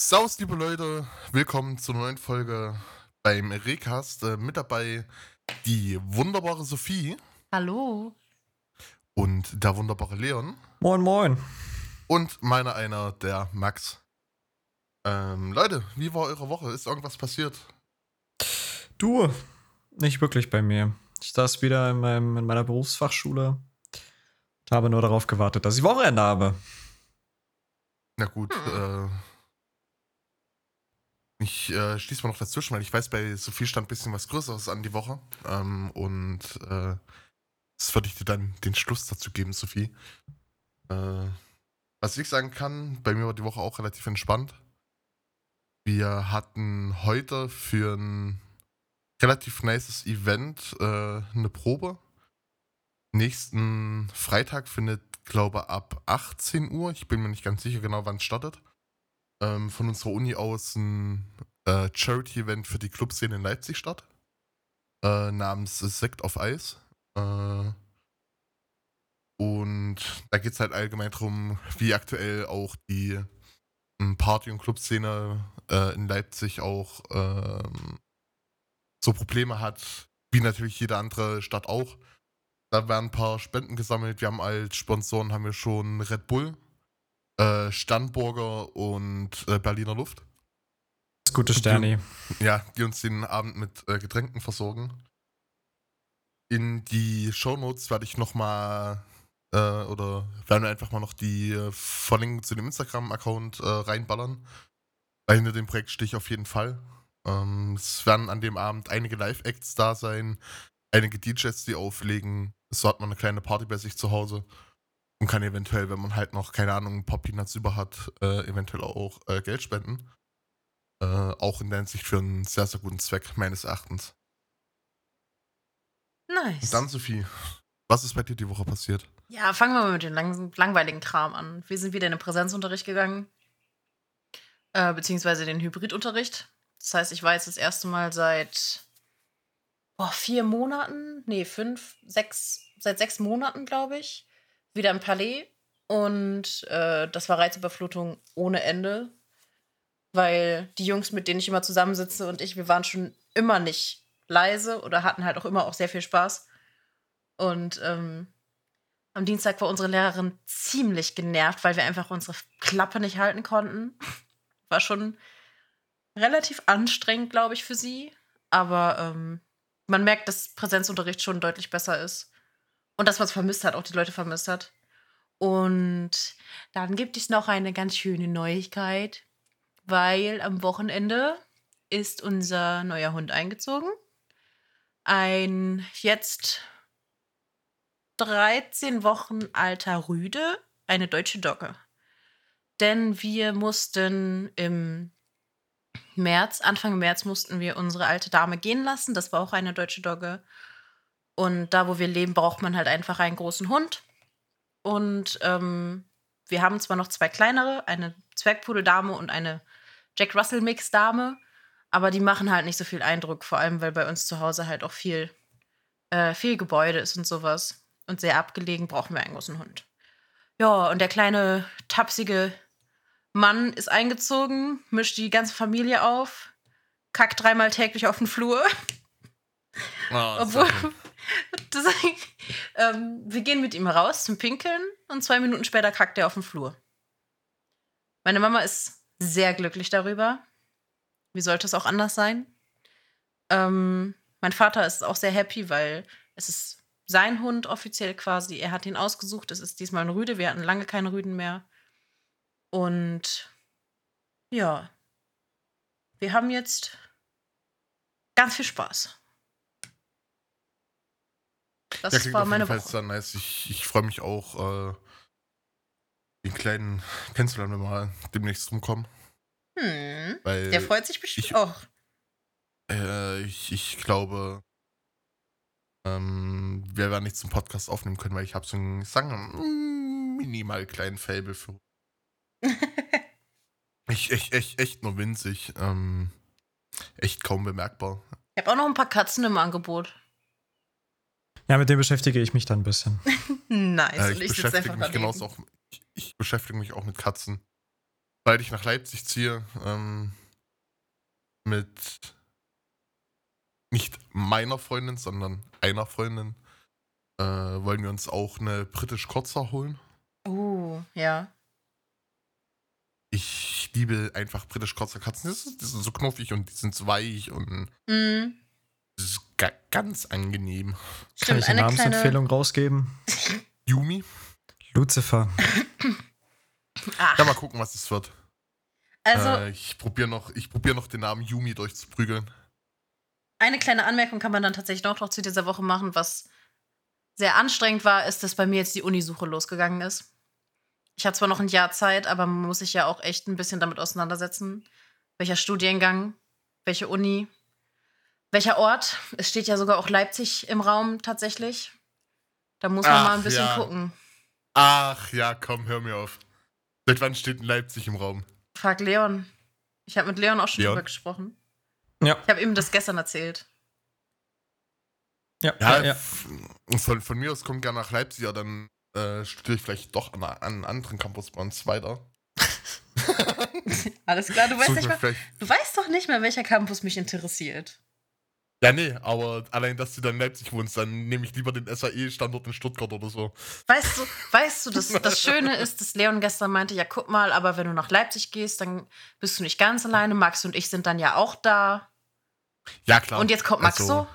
Servus, liebe Leute, willkommen zur neuen Folge beim Recast. Mit dabei die wunderbare Sophie Hallo. und der wunderbare Leon Moin, moin. und meiner einer, der Max. Leute, wie war eure Woche? Ist irgendwas passiert? Du, nicht wirklich bei mir. Ich saß wieder in meiner Berufsfachschule und habe nur darauf gewartet, dass ich Wochenende habe. Na gut, ich schließe mal noch dazwischen, weil ich weiß, bei Sophie stand ein bisschen was Größeres an die Woche. Das würde ich dir dann den Schluss dazu geben, Sophie. Was ich sagen kann, bei mir war die Woche auch relativ entspannt. Wir hatten heute für ein relativ nices Event eine Probe. Nächsten Freitag findet, glaube ab 18 Uhr, ich bin mir nicht ganz sicher genau, wann es startet, von unserer Uni aus ein Charity-Event für die Clubszene in Leipzig statt, namens Sekt auf Eis. Und da geht es halt allgemein darum, wie aktuell auch die Party- und Clubszene in Leipzig auch so Probleme hat, wie natürlich jede andere Stadt auch. Da werden ein paar Spenden gesammelt. Wir haben als Sponsoren haben wir schon Red Bull, Sternburger und Berliner Luft. Das gute Sterni. Die uns den Abend mit Getränken versorgen. In die Shownotes werde ich nochmal oder werden wir einfach mal noch die Verlinkung zu dem Instagram-Account reinballern. Weil hinter dem Projekt stehe ich auf jeden Fall. Es werden an dem Abend einige Live-Acts da sein, einige DJs, die auflegen. So hat man eine kleine Party bei sich zu Hause und kann eventuell, wenn man halt noch, keine Ahnung, ein paar Peanuts über hat, eventuell auch Geld spenden. Auch in der Hinsicht für einen sehr, sehr guten Zweck, meines Erachtens. Und dann, Nice. Sophie, was ist bei dir die Woche passiert? Ja, fangen wir mal mit dem langweiligen Kram an. Wir sind wieder in den Präsenzunterricht gegangen, beziehungsweise den Hybridunterricht. Das heißt, ich war jetzt das erste Mal seit 4 Monaten, nee, 5, 6, seit 6 Monaten, glaube ich, wieder im Palais. Und das war Reizüberflutung ohne Ende, weil die Jungs, mit denen ich immer zusammensitze und wir waren schon immer nicht leise oder hatten halt auch immer auch sehr viel Spaß. Und am Dienstag war unsere Lehrerin ziemlich genervt, weil wir einfach unsere Klappe nicht halten konnten. War schon relativ anstrengend, glaube ich, für sie. Aber man merkt, dass Präsenzunterricht schon deutlich besser ist. Und dass man es vermisst hat, auch die Leute vermisst hat. Und dann gibt es noch eine ganz schöne Neuigkeit, weil am Wochenende ist unser neuer Hund eingezogen. Ein jetzt 13 Wochen alter Rüde, eine deutsche Dogge. Denn wir mussten Anfang März mussten wir unsere alte Dame gehen lassen. Das war auch eine deutsche Dogge. Und da, wo wir leben, braucht man halt einfach einen großen Hund. Und wir haben zwar noch 2 kleinere, eine Zwergpudeldame und eine Jack Russell Mix Dame, aber die machen halt nicht so viel Eindruck, vor allem weil bei uns zu Hause halt auch viel Gebäude ist und sowas. Und sehr abgelegen brauchen wir einen großen Hund. Ja, und der kleine, tapsige Mann ist eingezogen, mischt die ganze Familie auf, kackt 3-mal täglich auf den Flur. Obwohl, das, wir gehen mit ihm raus zum Pinkeln und 2 Minuten später kackt er auf den Flur. Meine Mama ist sehr glücklich darüber. Wie sollte es auch anders sein? Mein Vater ist auch sehr happy, weil es ist sein Hund offiziell quasi. Er hat ihn ausgesucht. Es ist diesmal ein Rüde. Wir hatten lange keine Rüden mehr. Und ja, wir haben jetzt ganz viel Spaß. Das Klingt war auf jeden meine Fall Woche. sehr nice. Ich freue mich auch, den kleinen kennenzulernen, wenn wir mal demnächst rumkommen. Weil Der freut sich bestimmt ich, auch. ich glaube, wir werden nicht zum Podcast aufnehmen können, weil ich habe so einen, sagen wir mal, minimal kleinen Faible für. Echt nur winzig. Echt kaum bemerkbar. Ich habe auch noch ein paar Katzen im Angebot. Ja, mit dem beschäftige ich mich dann ein bisschen. Nice. Und Ich ich sitze beschäftige einfach mich daneben. genauso auch. Ich beschäftige mich auch mit Katzen. Weil ich nach Leipzig ziehe, mit nicht meiner Freundin, sondern einer Freundin, wollen wir uns auch eine British Corsa holen. Ja. Ich liebe einfach British Corsa Katzen. Die sind so knuffig und die sind so weich und Mhm. das ist ganz angenehm. Kann Stimmt, ich eine Namensempfehlung rausgeben? Yumi? Lucifer. Ach, Ja, mal gucken, was es wird. also Ich probiere noch den Namen Yumi durchzuprügeln. eine kleine Anmerkung kann man dann tatsächlich noch zu dieser Woche machen, was sehr anstrengend war, ist, dass bei mir jetzt die Unisuche losgegangen ist. Ich habe zwar noch ein Jahr Zeit, aber man muss sich ja auch echt ein bisschen damit auseinandersetzen. Welcher Studiengang, welche Uni, welcher Ort. Es steht ja sogar auch Leipzig im Raum tatsächlich. Da muss man mal ein bisschen gucken. Ach ja, komm, hör mir auf. Seit wann steht in Leipzig im Raum? Frag Leon. Ich habe mit Leon auch schon Leon? drüber gesprochen. Ja. Ich habe ihm das gestern erzählt. Ja. Von mir aus kommt gerne nach Leipzig, ja, dann studiere ich vielleicht doch an einem anderen Campus bei uns weiter. Alles klar, du Such mir weißt doch nicht mehr, welcher Campus mich interessiert. Ja, nee, aber allein, dass du dann in Leipzig wohnst, dann nehme ich lieber den SAE-Standort in Stuttgart oder so. Weißt du, das Schöne ist, dass Leon gestern meinte, ja, guck mal, aber wenn du nach Leipzig gehst, dann bist du nicht ganz alleine. Max und ich sind dann ja auch da. Ja, klar. Und jetzt kommt Max Also,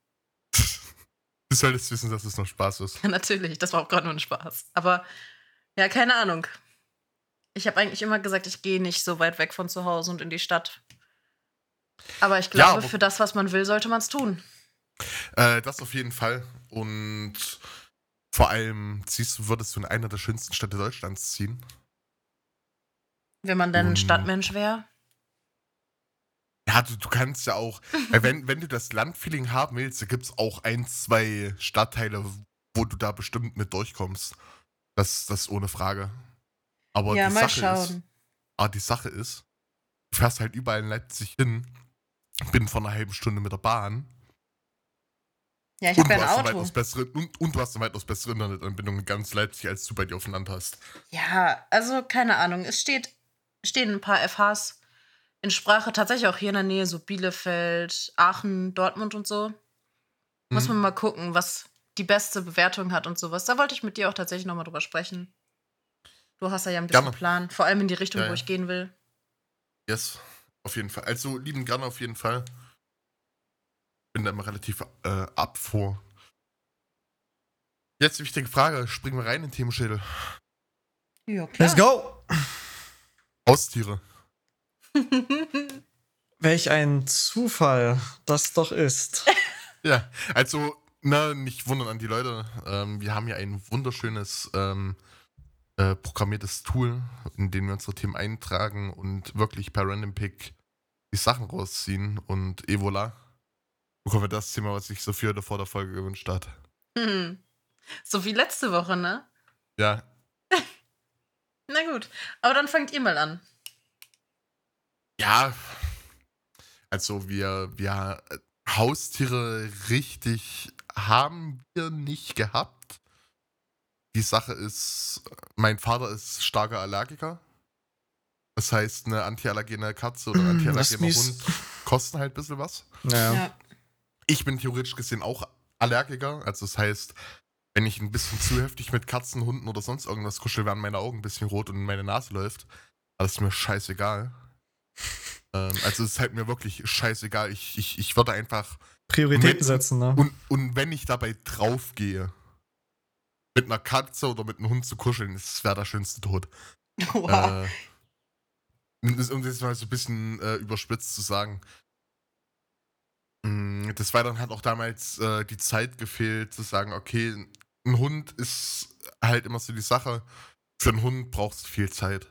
du solltest wissen, dass es noch Spaß ist. Ja, natürlich, das war auch gerade nur ein Spaß. Aber, ja, keine Ahnung. Ich habe eigentlich immer gesagt, ich gehe nicht so weit weg von zu Hause und in die Stadt. Aber ich glaube, für das, was man will, sollte man es tun. Das auf jeden Fall. Und vor allem würdest du in einer der schönsten Städte Deutschlands ziehen. Wenn man denn ein Stadtmensch wäre. Ja, du kannst ja auch, weil wenn du das Landfeeling haben willst, da gibt es auch 1, 2 Stadtteile, wo du da bestimmt mit durchkommst. Das ohne Frage. Aber Ja, die mal Sache schauen. die Sache ist, du fährst halt überall in Leipzig hin, bin vor einer halben Stunde mit der Bahn. Ja, ich habe ja ein Auto. Und du hast eine weitaus bessere Internetanbindung in ganz Leipzig, als du bei dir auf dem Land hast. Ja, also keine Ahnung. Stehen ein paar FHs in Sprache, tatsächlich auch hier in der Nähe, so Bielefeld, Aachen, Dortmund und so. Muss man mal gucken, was die beste Bewertung hat und sowas. Da wollte ich mit dir auch tatsächlich nochmal drüber sprechen. Du hast ja ein bisschen Plan, vor allem in die Richtung, wo ich gehen will. Yes, auf jeden Fall. Also lieben gerne auf jeden Fall. Bin da immer relativ ab vor. Jetzt die wichtige Frage, springen wir rein in den Themenschädel. Ja, klar. Let's go! Haustiere. Welch ein Zufall das doch ist. Ja, also, nicht wundern an die Leute. Wir haben hier ein wunderschönes programmiertes Tool, in dem wir unsere Themen eintragen und wirklich per Random Pick die Sachen rausziehen. Und voilà, bekommen wir das Thema, was sich Sophia vor der Folge gewünscht hat. So wie letzte Woche, ne? Ja. Na gut, aber dann fangt ihr mal an. Ja, also wir Haustiere richtig haben wir nicht gehabt. Die Sache ist, mein Vater ist starker Allergiker. Das heißt, eine antiallergene Katze oder ein antiallergener Hund kosten halt ein bisschen was. Ja. Ich bin theoretisch gesehen auch Allergiker. Also das heißt, wenn ich ein bisschen zu heftig mit Katzen, Hunden oder sonst irgendwas kuschel, werden meine Augen ein bisschen rot und meine Nase läuft. Aber das ist mir scheißegal. Also es ist halt mir wirklich scheißegal. Ich würde einfach Prioritäten setzen, ne? Und wenn ich dabei draufgehe, mit einer Katze oder mit einem Hund zu kuscheln, das wäre der schönste Tod. Wow. Um das mal so ein bisschen überspitzt zu sagen. Des Weiteren hat auch damals die Zeit gefehlt, zu sagen, okay, ein Hund ist halt immer so die Sache. Für einen Hund brauchst du viel Zeit.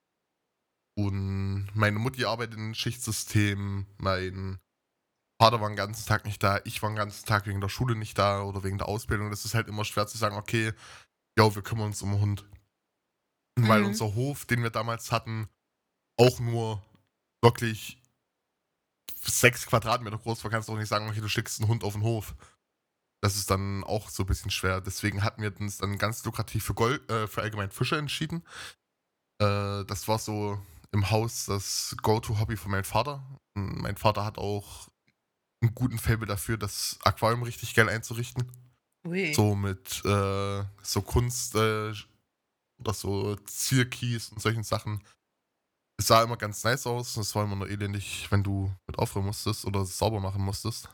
Und meine Mutti arbeitet in einem Schichtsystem, mein Vater war den ganzen Tag nicht da, ich war den ganzen Tag wegen der Schule nicht da oder wegen der Ausbildung. Das ist halt immer schwer zu sagen, okay, ja, wir kümmern uns um den Hund. Weil unser Hof, den wir damals hatten, auch nur wirklich 6 Quadratmeter groß war, kannst du auch nicht sagen, okay, du schickst einen Hund auf den Hof. Das ist dann auch so ein bisschen schwer. Deswegen hatten wir uns dann ganz lukrativ für allgemein Fische entschieden. Das war so im Haus das Go-To-Hobby von meinem Vater. Und mein Vater hat auch einen guten Faible dafür, das Aquarium richtig geil einzurichten. Ui. So mit so Kunst oder so Zierkies und solchen Sachen. Es sah immer ganz nice aus. Es war immer nur elendig, wenn du mit aufräumen musstest oder es sauber machen musstest.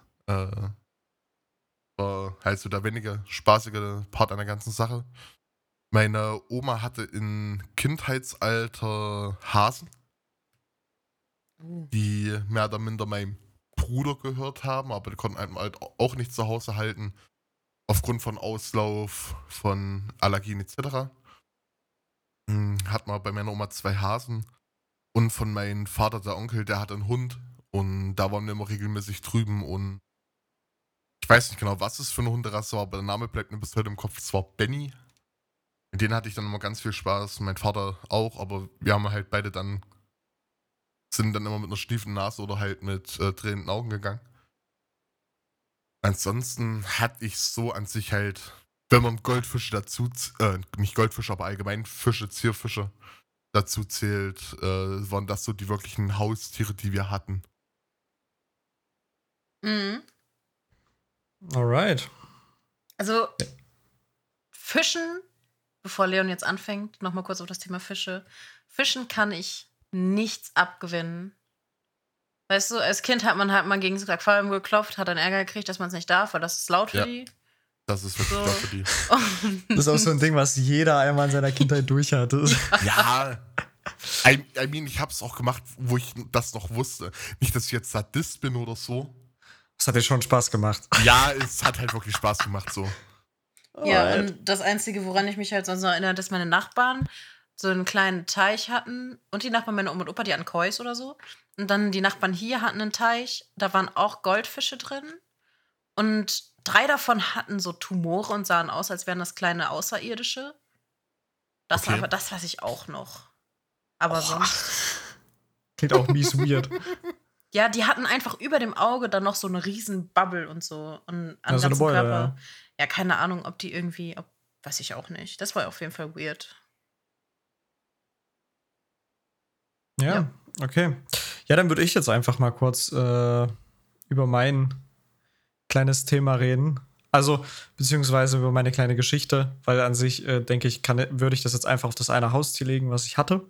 War halt so der weniger spaßige Part an der ganzen Sache. Meine Oma hatte in Kindheitsalter Hasen, Uh. die mehr oder minder meinem Bruder gehört haben, aber die konnten einem halt auch nicht zu Hause halten, aufgrund von Auslauf, von Allergien etc. Hat man bei meiner Oma 2 Hasen und von meinem Vater, der Onkel, der hatte einen Hund und da waren wir immer regelmäßig drüben und ich weiß nicht genau, was es für eine Hunderasse war, aber der Name bleibt mir bis heute im Kopf. Es war Benny. Mit denen hatte ich dann immer ganz viel Spaß, mein Vater auch, aber wir haben halt beide dann, sind dann immer mit einer schiefen Nase oder halt mit tränenden Augen gegangen. Ansonsten hatte ich so an sich halt, wenn man Goldfische dazu, nicht Goldfische, aber allgemein Fische, Zierfische dazu zählt, waren das so die wirklichen Haustiere, die wir hatten. Mhm. Alright. Also, Fischen, bevor Leon jetzt anfängt, nochmal kurz auf das Thema Fische. Fischen kann ich nichts abgewinnen. Weißt du, als Kind hat man halt mal gegen das Aquarium geklopft, hat dann Ärger gekriegt, dass man es nicht darf, weil das ist laut für Ja. die. Das ist wirklich So. klar für die. Das ist auch so ein Ding, was jeder einmal in seiner Kindheit durch hatte. Ja, I mean, ich hab's auch gemacht, wo ich das noch wusste. Nicht, dass ich jetzt Sadist bin oder so. Das hat dir schon Spaß gemacht. Ja, es hat halt wirklich Spaß gemacht so. Ja, Alright. und das Einzige, woran ich mich halt sonst noch erinnere, dass meine Nachbarn so einen kleinen Teich hatten. Und die Nachbarn, meine Oma und Opa, die hatten Kois oder so. Und dann die Nachbarn hier hatten einen Teich. Da waren auch Goldfische drin. Und 3 davon hatten so Tumore und sahen aus, als wären das kleine Außerirdische. Das Okay. aber das weiß ich auch noch. Aber sonst. Klingt auch mies weird. Ja, die hatten einfach über dem Auge dann noch so eine riesen Bubble und so. Und am Ja, so eine ganzen Beule, Körper. Ja, keine Ahnung, ob die irgendwie. Weiß ich auch nicht. Das war auf jeden Fall weird. Ja, Ja. okay. Ja, dann würde ich jetzt einfach mal kurz über mein kleines Thema reden. Also, beziehungsweise über meine kleine Geschichte, weil an sich, denke ich, würde ich das jetzt einfach auf das eine Haustier legen, was ich hatte.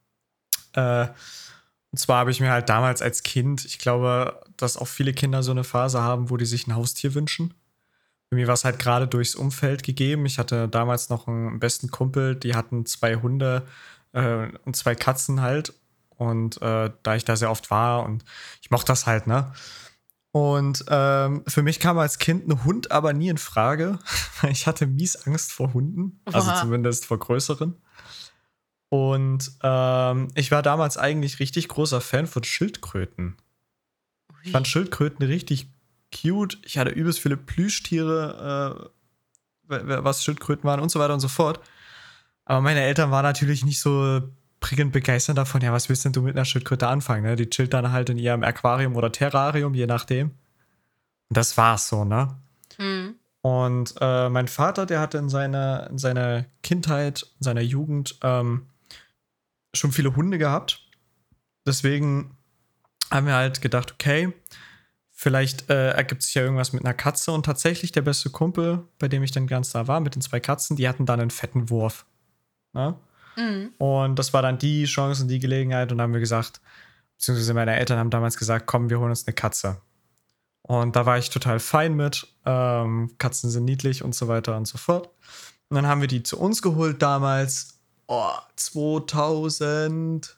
Und zwar habe ich mir halt damals als Kind, ich glaube, dass auch viele Kinder so eine Phase haben, wo die sich ein Haustier wünschen. Bei mir war es halt gerade durchs Umfeld gegeben. Ich hatte damals noch einen besten Kumpel, die hatten 2 Hunde und 2 Katzen halt. Und da ich da sehr oft war und ich mochte das halt, ne? Und für mich kam als Kind ein Hund aber nie in Frage. Ich hatte mies Angst vor Hunden, also Oha. zumindest vor größeren. Und ich war damals eigentlich richtig großer Fan von Schildkröten. Ich fand Schildkröten richtig cute. Ich hatte übelst viele Plüschtiere, was Schildkröten waren und so weiter und so fort. Aber meine Eltern waren natürlich nicht so prickelnd begeistert davon. Ja, was willst denn du mit einer Schildkröte anfangen? Ne? Die chillt dann halt in ihrem Aquarium oder Terrarium, je nachdem. Und das war's so, ne? Mhm. Und mein Vater, der hatte in seiner Kindheit, in seiner Jugend schon viele Hunde gehabt. Deswegen haben wir halt gedacht, okay, vielleicht ergibt sich ja irgendwas mit einer Katze. Und tatsächlich der beste Kumpel, bei dem ich dann ganz da war, mit den 2 Katzen, die hatten dann einen fetten Wurf. Ne? Mhm. Und das war dann die Chance und die Gelegenheit. Und dann haben wir gesagt, beziehungsweise meine Eltern haben damals gesagt, komm, wir holen uns eine Katze. Und da war ich total fein mit. Katzen sind niedlich und so weiter und so fort. Und dann haben wir die zu uns geholt damals. 2006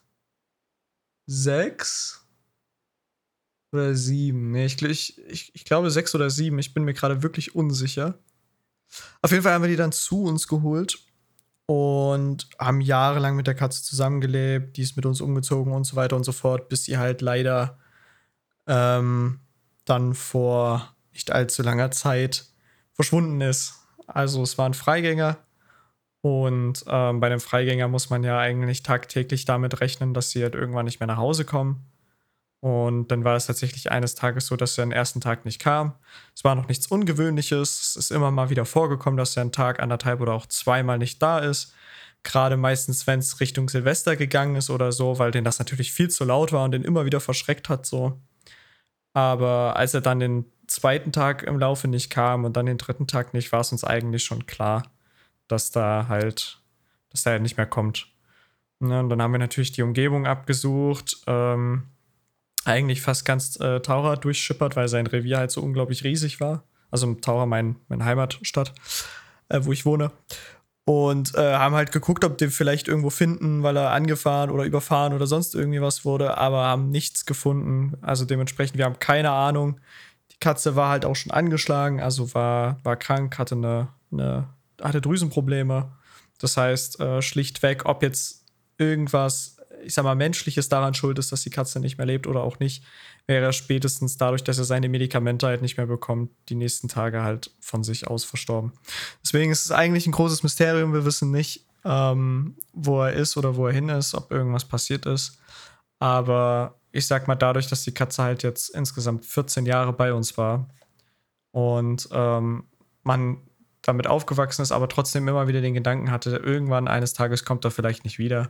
oder 7. Nee, ich glaube 6 oder 7. Ich bin mir gerade wirklich unsicher. Auf jeden Fall haben wir die dann zu uns geholt und haben jahrelang mit der Katze zusammengelebt. Die ist mit uns umgezogen und so weiter und so fort, bis sie halt leider dann vor nicht allzu langer Zeit verschwunden ist. Also es war ein Freigänger und bei einem Freigänger muss man ja eigentlich tagtäglich damit rechnen, dass sie halt irgendwann nicht mehr nach Hause kommen. Und dann war es tatsächlich eines Tages so, dass er den ersten Tag nicht kam. Es war noch nichts Ungewöhnliches. Es ist immer mal wieder vorgekommen, dass er einen Tag, 1,5 oder auch 2-mal nicht da ist. Gerade meistens, wenn es Richtung Silvester gegangen ist oder so, weil denen das natürlich viel zu laut war und den immer wieder verschreckt hat so. Aber als er dann den zweiten Tag im Laufe nicht kam und dann den dritten Tag nicht, war es uns eigentlich schon klar, dass da halt nicht mehr kommt. Ja, und dann haben wir natürlich die Umgebung abgesucht, eigentlich fast ganz Taucher durchschippert, weil sein Revier halt so unglaublich riesig war. Also Taucher, meine Heimatstadt, wo ich wohne. Und haben halt geguckt, ob wir vielleicht irgendwo finden, weil er angefahren oder überfahren oder sonst irgendwie was wurde, aber haben nichts gefunden. Also dementsprechend, wir haben keine Ahnung. Die Katze war halt auch schon angeschlagen, also war krank, hatte hatte Drüsenprobleme. Das heißt, schlichtweg, ob jetzt irgendwas, ich sag mal, Menschliches daran schuld ist, dass die Katze nicht mehr lebt oder auch nicht, wäre er spätestens dadurch, dass er seine Medikamente halt nicht mehr bekommt, die nächsten Tage halt von sich aus verstorben. Deswegen ist es eigentlich ein großes Mysterium. Wir wissen nicht, wo er ist oder wo er hin ist, ob irgendwas passiert ist. Aber ich sag mal, dadurch, dass die Katze halt jetzt insgesamt 14 Jahre bei uns war und man damit aufgewachsen ist, aber trotzdem immer wieder den Gedanken hatte, irgendwann eines Tages kommt er vielleicht nicht wieder,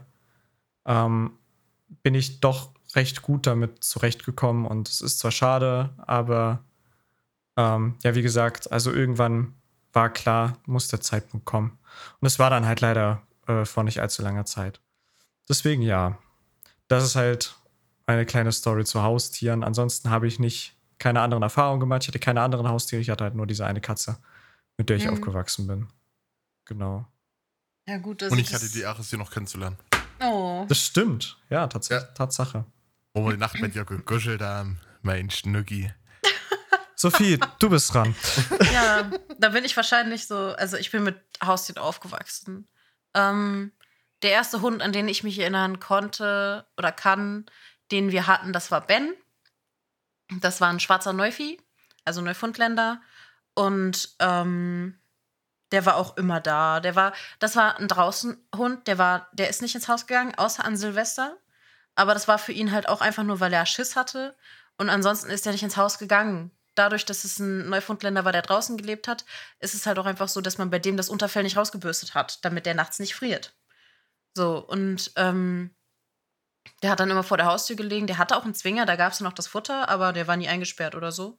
bin ich doch recht gut damit zurechtgekommen und es ist zwar schade, aber ja, wie gesagt, also irgendwann war klar, muss der Zeitpunkt kommen. Und es war dann halt leider vor nicht allzu langer Zeit. Deswegen ja, das ist halt eine kleine Story zu Haustieren. Ansonsten habe ich keine anderen Erfahrungen gemacht. Ich hatte keine anderen Haustiere. Ich hatte halt nur diese eine Katze, mit der ich aufgewachsen bin. Genau. Ja, gut, Und ich hatte die Ehre, sie noch kennenzulernen. Oh. Das stimmt. Ja, Tatsache. Wo wir die Nacht mit dir gekuschelt haben, mein Schnucki. Sophie, du bist dran. Ja, da bin ich wahrscheinlich so, also ich bin mit Haustieren aufgewachsen. Der erste Hund, an den ich mich erinnern konnte oder kann, den wir hatten, das war Ben. Das war ein schwarzer Neuvieh, also Neufundländer. Und der war auch immer da. Das war ein Draußenhund, der ist nicht ins Haus gegangen, außer an Silvester. Aber das war für ihn halt auch einfach nur, weil er Schiss hatte. Und ansonsten ist er nicht ins Haus gegangen. Dadurch, dass es ein Neufundländer war, der draußen gelebt hat, ist es halt auch einfach so, dass man bei dem das Unterfell nicht rausgebürstet hat, damit der nachts nicht friert. So, und der hat dann immer vor der Haustür gelegen. Der hatte auch einen Zwinger, da gab es noch das Futter, aber der war nie eingesperrt oder so.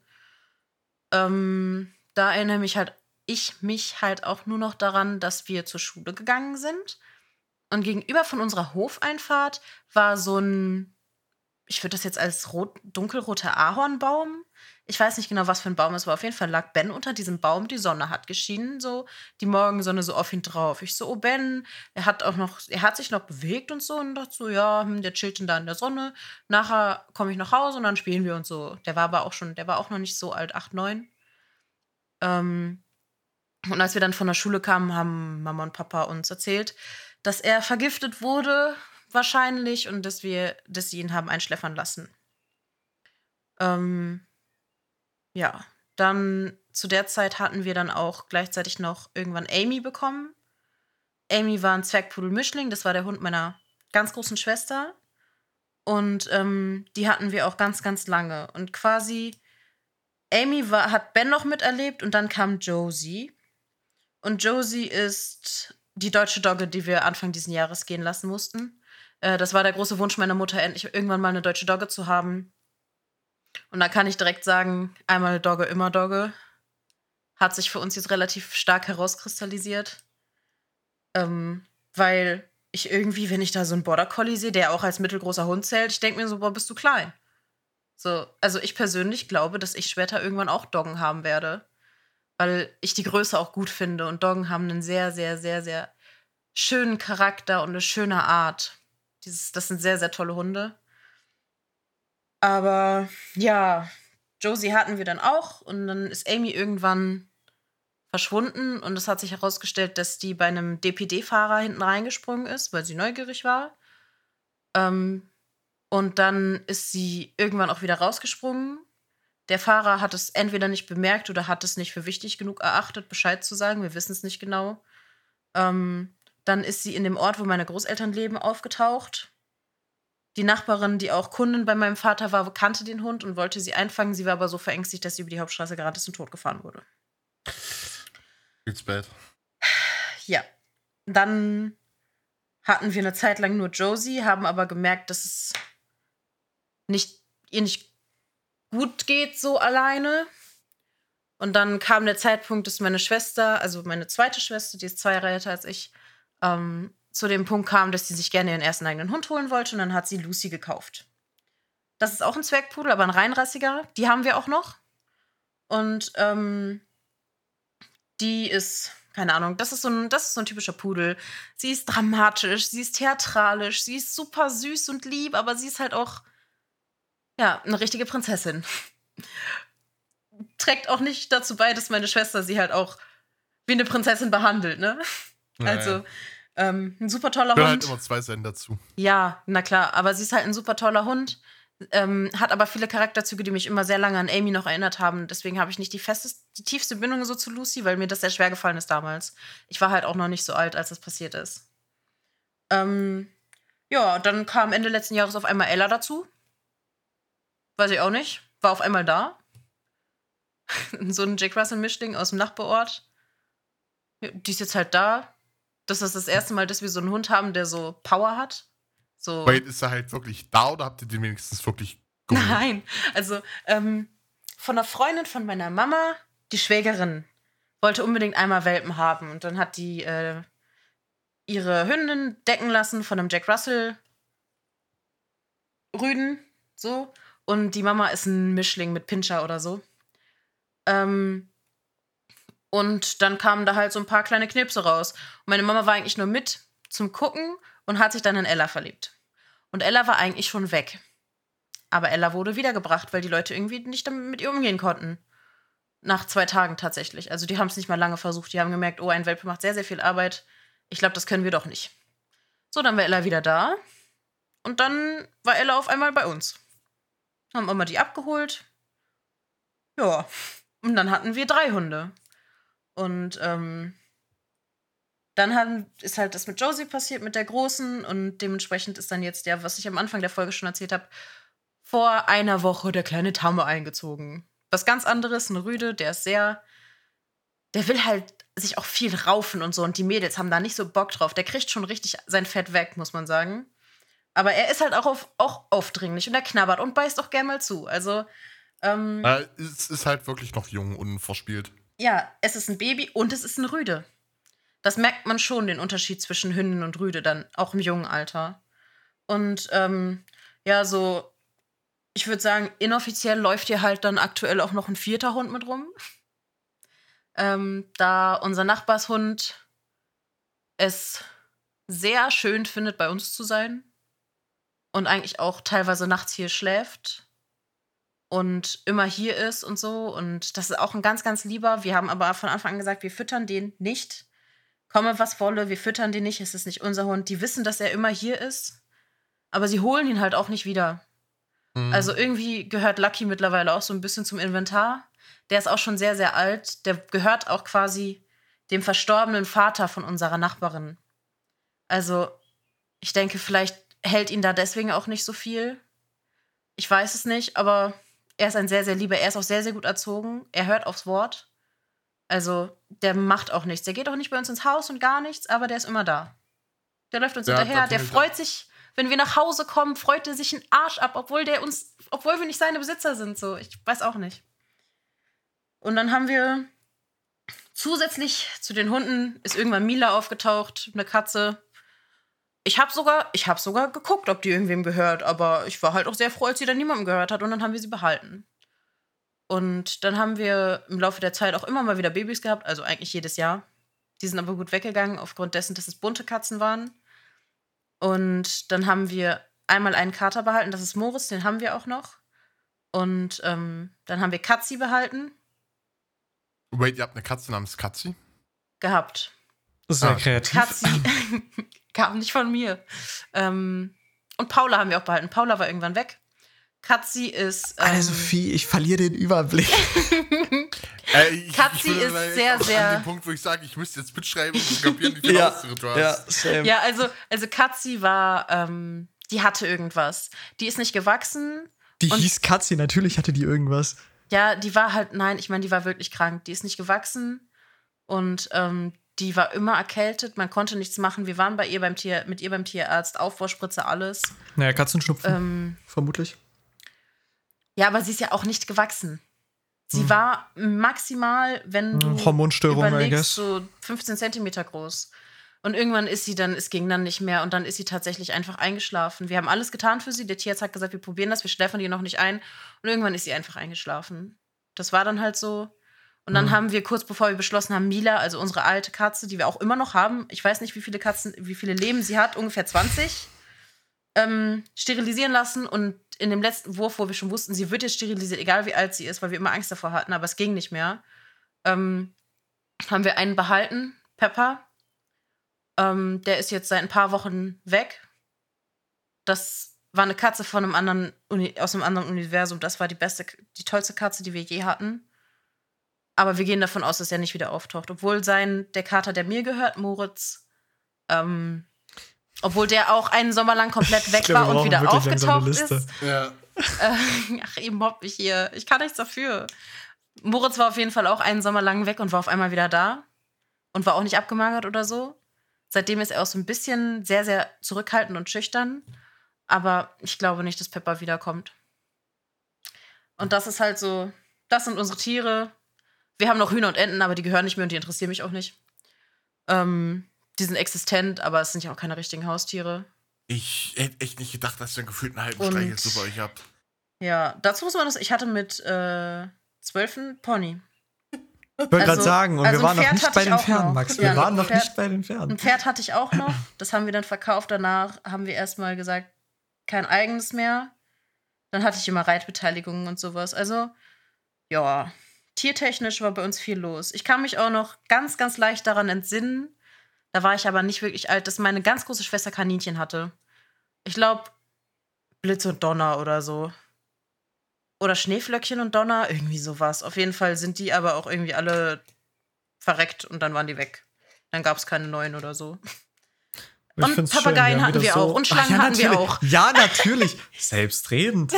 Da erinnere ich mich halt auch nur noch daran, dass wir zur Schule gegangen sind. Und gegenüber von unserer Hofeinfahrt war so ein, ich würde das jetzt als dunkelroter Ahornbaum. Ich weiß nicht genau, was für ein Baum es war. Auf jeden Fall lag Ben unter diesem Baum. Die Sonne hat geschienen, so die Morgensonne so auf ihn drauf. Ich so, oh Ben, er hat sich noch bewegt und so. Und dachte so, ja, der chillt denn da in der Sonne. Nachher komme ich nach Hause und dann spielen wir und so. Der war auch noch nicht so alt, 8, 9. Und als wir dann von der Schule kamen, haben Mama und Papa uns erzählt, dass er vergiftet wurde, wahrscheinlich, und dass sie ihn haben einschläfern lassen. Ja, dann zu der Zeit hatten wir dann auch gleichzeitig noch irgendwann Amy bekommen. Amy war ein Zwergpudel-Mischling, das war der Hund meiner ganz großen Schwester. Und die hatten wir auch ganz, ganz lange. Und quasi Amy hat Ben noch miterlebt und dann kam Josie. Und Josie ist die deutsche Dogge, die wir Anfang diesen Jahres gehen lassen mussten. Das war der große Wunsch meiner Mutter, endlich irgendwann mal eine deutsche Dogge zu haben. Und da kann ich direkt sagen, einmal Dogge, immer Dogge. Hat sich für uns jetzt relativ stark herauskristallisiert. Weil ich irgendwie, wenn ich da so einen Border Collie sehe, der auch als mittelgroßer Hund zählt, ich denke mir so, boah, bist du klein. So, also ich persönlich glaube, dass ich später irgendwann auch Doggen haben werde. Weil ich die Größe auch gut finde. Und Doggen haben einen sehr, sehr, sehr, sehr schönen Charakter und eine schöne Art. Das sind sehr, sehr tolle Hunde. Aber ja, Josie hatten wir dann auch. Und dann ist Amy irgendwann verschwunden. Und es hat sich herausgestellt, dass die bei einem DPD-Fahrer hinten reingesprungen ist, weil sie neugierig war. Und dann ist sie irgendwann auch wieder rausgesprungen. Der Fahrer hat es entweder nicht bemerkt oder hat es nicht für wichtig genug erachtet, Bescheid zu sagen. Wir wissen es nicht genau. Dann ist sie in dem Ort, wo meine Großeltern leben, aufgetaucht. Die Nachbarin, die auch Kundin bei meinem Vater war, kannte den Hund und wollte sie einfangen. Sie war aber so verängstigt, dass sie über die Hauptstraße gerannt ist und totgefahren wurde. It's bad. Ja. Dann hatten wir eine Zeit lang nur Josie, haben aber gemerkt, dass es ihr nicht gut geht so alleine. Und dann kam der Zeitpunkt, dass meine Schwester, also meine zweite Schwester, die ist 2 Jahre älter als ich, zu dem Punkt kam, dass sie sich gerne ihren ersten eigenen Hund holen wollte. Und dann hat sie Lucy gekauft. Das ist auch ein Zwergpudel, aber ein reinrassiger. Die haben wir auch noch. Und die ist, keine Ahnung, das ist so ein typischer Pudel. Sie ist dramatisch, sie ist theatralisch, sie ist super süß und lieb, aber sie ist halt auch, ja, eine richtige Prinzessin. Trägt auch nicht dazu bei, dass meine Schwester sie halt auch wie eine Prinzessin behandelt, ne? Ja, Also, ein super toller Gehört Hund. halt immer 2 Seiten dazu. Ja, na klar, aber sie ist halt ein super toller Hund. Hat aber viele Charakterzüge, die mich immer sehr lange an Amy noch erinnert haben. Deswegen habe ich nicht die tiefste Bindung so zu Lucy, weil mir das sehr schwer gefallen ist damals. Ich war halt auch noch nicht so alt, als das passiert ist. Ja, dann kam Ende letzten Jahres auf einmal Ella dazu. Weiß ich auch nicht. War auf einmal da. So ein Jack Russell-Mischling aus dem Nachbarort. Ja, die ist jetzt halt da. Das ist das erste Mal, dass wir so einen Hund haben, der so Power hat. So. Wait, ist er halt wirklich da oder habt ihr den wenigstens wirklich geholt? Nein, also von einer Freundin von meiner Mama, die Schwägerin, wollte unbedingt einmal Welpen haben. Und dann hat die ihre Hündin decken lassen von einem Jack Russell Rüden, so. Und die Mama ist ein Mischling mit Pinscher oder so. Und dann kamen da halt so ein paar kleine Knirpse raus. Und meine Mama war eigentlich nur mit zum Gucken und hat sich dann in Ella verliebt. Und Ella war eigentlich schon weg. Aber Ella wurde wiedergebracht, weil die Leute irgendwie nicht damit mit ihr umgehen konnten. Nach 2 Tagen tatsächlich. Also die haben es nicht mal lange versucht. Die haben gemerkt, oh, ein Welpe macht sehr, sehr viel Arbeit. Ich glaube, das können wir doch nicht. So, dann war Ella wieder da. Und dann war Ella auf einmal bei uns. Haben immer die abgeholt. Ja. Und dann hatten wir 3 Hunde. Und dann ist halt das mit Josie passiert, mit der Großen. Und dementsprechend ist dann jetzt was ich am Anfang der Folge schon erzählt habe, vor einer Woche der kleine Tamme eingezogen. Was ganz anderes, ein Rüde, der will halt sich auch viel raufen und so. Und die Mädels haben da nicht so Bock drauf. Der kriegt schon richtig sein Fett weg, muss man sagen. Aber er ist halt auch aufdringlich und er knabbert und beißt auch gerne mal zu. Also, Es ist halt wirklich noch jung und verspielt. ja, es ist ein Baby und es ist ein Rüde. Das merkt man schon, den Unterschied zwischen Hündin und Rüde, dann auch im jungen Alter. Und ja, so, ich würde sagen, inoffiziell läuft hier halt dann aktuell auch noch ein 4. Hund mit rum. Da unser Nachbarshund es sehr schön findet, bei uns zu sein. Und eigentlich auch teilweise nachts hier schläft. Und immer hier ist und so. Und das ist auch ein ganz, ganz lieber. Wir haben aber von Anfang an gesagt, wir füttern den nicht. Komme, was wolle, wir füttern den nicht. Es ist nicht unser Hund. Die wissen, dass er immer hier ist. Aber sie holen ihn halt auch nicht wieder. Also irgendwie gehört Lucky mittlerweile auch so ein bisschen zum Inventar. Der ist auch schon sehr, sehr alt. Der gehört auch quasi dem verstorbenen Vater von unserer Nachbarin. Also ich denke, vielleicht hält ihn da deswegen auch nicht so viel. Ich weiß es nicht, aber er ist ein sehr, sehr lieber. Er ist auch sehr, sehr gut erzogen. Er hört aufs Wort. Also der macht auch nichts. Der geht auch nicht bei uns ins Haus und gar nichts, aber der ist immer da. Der läuft uns hinterher. Der freut sich, wenn wir nach Hause kommen, freut er sich einen Arsch ab, obwohl wir nicht seine Besitzer sind. So, ich weiß auch nicht. Und dann haben wir zusätzlich zu den Hunden ist irgendwann Mila aufgetaucht, eine Katze. Ich habe sogar geguckt, ob die irgendwem gehört, aber ich war halt auch sehr froh, als sie dann niemandem gehört hat und dann haben wir sie behalten. Und dann haben wir im Laufe der Zeit auch immer mal wieder Babys gehabt, also eigentlich jedes Jahr. Die sind aber gut weggegangen, aufgrund dessen, dass es bunte Katzen waren. Und dann haben wir einmal einen Kater behalten, das ist Moritz, den haben wir auch noch. Und dann haben wir Katzi behalten. Wait, ihr habt eine Katze namens Katzi? Gehabt. Sehr kreativ. Katzi kam nicht von mir. Und Paula haben wir auch behalten. Paula war irgendwann weg. Katzi ist. Sophie, ich verliere den Überblick. Katzi ist sehr, sehr. An dem Punkt, wo ich sage, ich müsste jetzt mitschreiben und kapieren, wie viel Ausdruck du hast. Ja, same. Ja, also Katzi war, die hatte irgendwas. Die ist nicht gewachsen. Die hieß Katzi, natürlich hatte die irgendwas. Ja, die war halt, nein, ich meine, die war wirklich krank. Die ist nicht gewachsen und Die war immer erkältet, man konnte nichts machen. Wir waren mit ihr beim Tierarzt, Aufbauspritze, alles. Naja, Katzenschnupfen, vermutlich. Ja, aber sie ist ja auch nicht gewachsen. Sie war maximal, wenn du Hormonstörung, I guess. so 15 Zentimeter groß. Und irgendwann es ging dann nicht mehr und dann ist sie tatsächlich einfach eingeschlafen. Wir haben alles getan für sie. Der Tierarzt hat gesagt, wir probieren das, wir schläfern die noch nicht ein. Und irgendwann ist sie einfach eingeschlafen. Das war dann halt so. Und dann haben wir kurz bevor wir beschlossen haben, Mila, also unsere alte Katze, die wir auch immer noch haben, ich weiß nicht, wie viele Leben sie hat, ungefähr 20, sterilisieren lassen. Und in dem letzten Wurf, wo wir schon wussten, sie wird jetzt sterilisiert, egal wie alt sie ist, weil wir immer Angst davor hatten, aber es ging nicht mehr, haben wir einen behalten, Pepper. Der ist jetzt seit ein paar Wochen weg. Das war eine Katze von aus einem anderen Universum. Das war die tollste Katze, die wir je hatten. Aber wir gehen davon aus, dass er nicht wieder auftaucht. Obwohl der Kater, der mir gehört, Moritz, obwohl der auch einen Sommer lang komplett weg war und wieder aufgetaucht ist. Ja. Ach, ihr mobbt mich hier. Ich kann nichts dafür. Moritz war auf jeden Fall auch einen Sommer lang weg und war auf einmal wieder da. Und war auch nicht abgemagert oder so. Seitdem ist er auch so ein bisschen sehr, sehr zurückhaltend und schüchtern. Aber ich glaube nicht, dass Pepper wiederkommt. Und das ist halt so, das sind unsere Tiere. Wir haben noch Hühner und Enten, aber die gehören nicht mehr und die interessieren mich auch nicht. Die sind existent, aber es sind ja auch keine richtigen Haustiere. Ich hätte echt nicht gedacht, dass ihr einen gefühlten halben Streichel bei euch habt. Ja, dazu muss man ich hatte mit 12 einen Pony. Ich wollte gerade sagen, und wir waren noch nicht bei den Pferden, Max. Wir waren noch nicht bei den Pferden. Ein Pferd hatte ich auch noch. Das haben wir dann verkauft. Danach haben wir erstmal gesagt, kein eigenes mehr. Dann hatte ich immer Reitbeteiligungen und sowas. Also, ja, tiertechnisch war bei uns viel los. Ich kann mich auch noch ganz, ganz leicht daran entsinnen. Da war ich aber nicht wirklich alt, dass meine ganz große Schwester Kaninchen hatte. Ich glaube, Blitz und Donner oder so. Oder Schneeflöckchen und Donner, irgendwie sowas. Auf jeden Fall sind die aber auch irgendwie alle verreckt und dann waren die weg. Dann gab es keine neuen oder so. Und Papageien hatten wir auch. Und Schlangen hatten wir auch. Ja, natürlich. Selbstredend.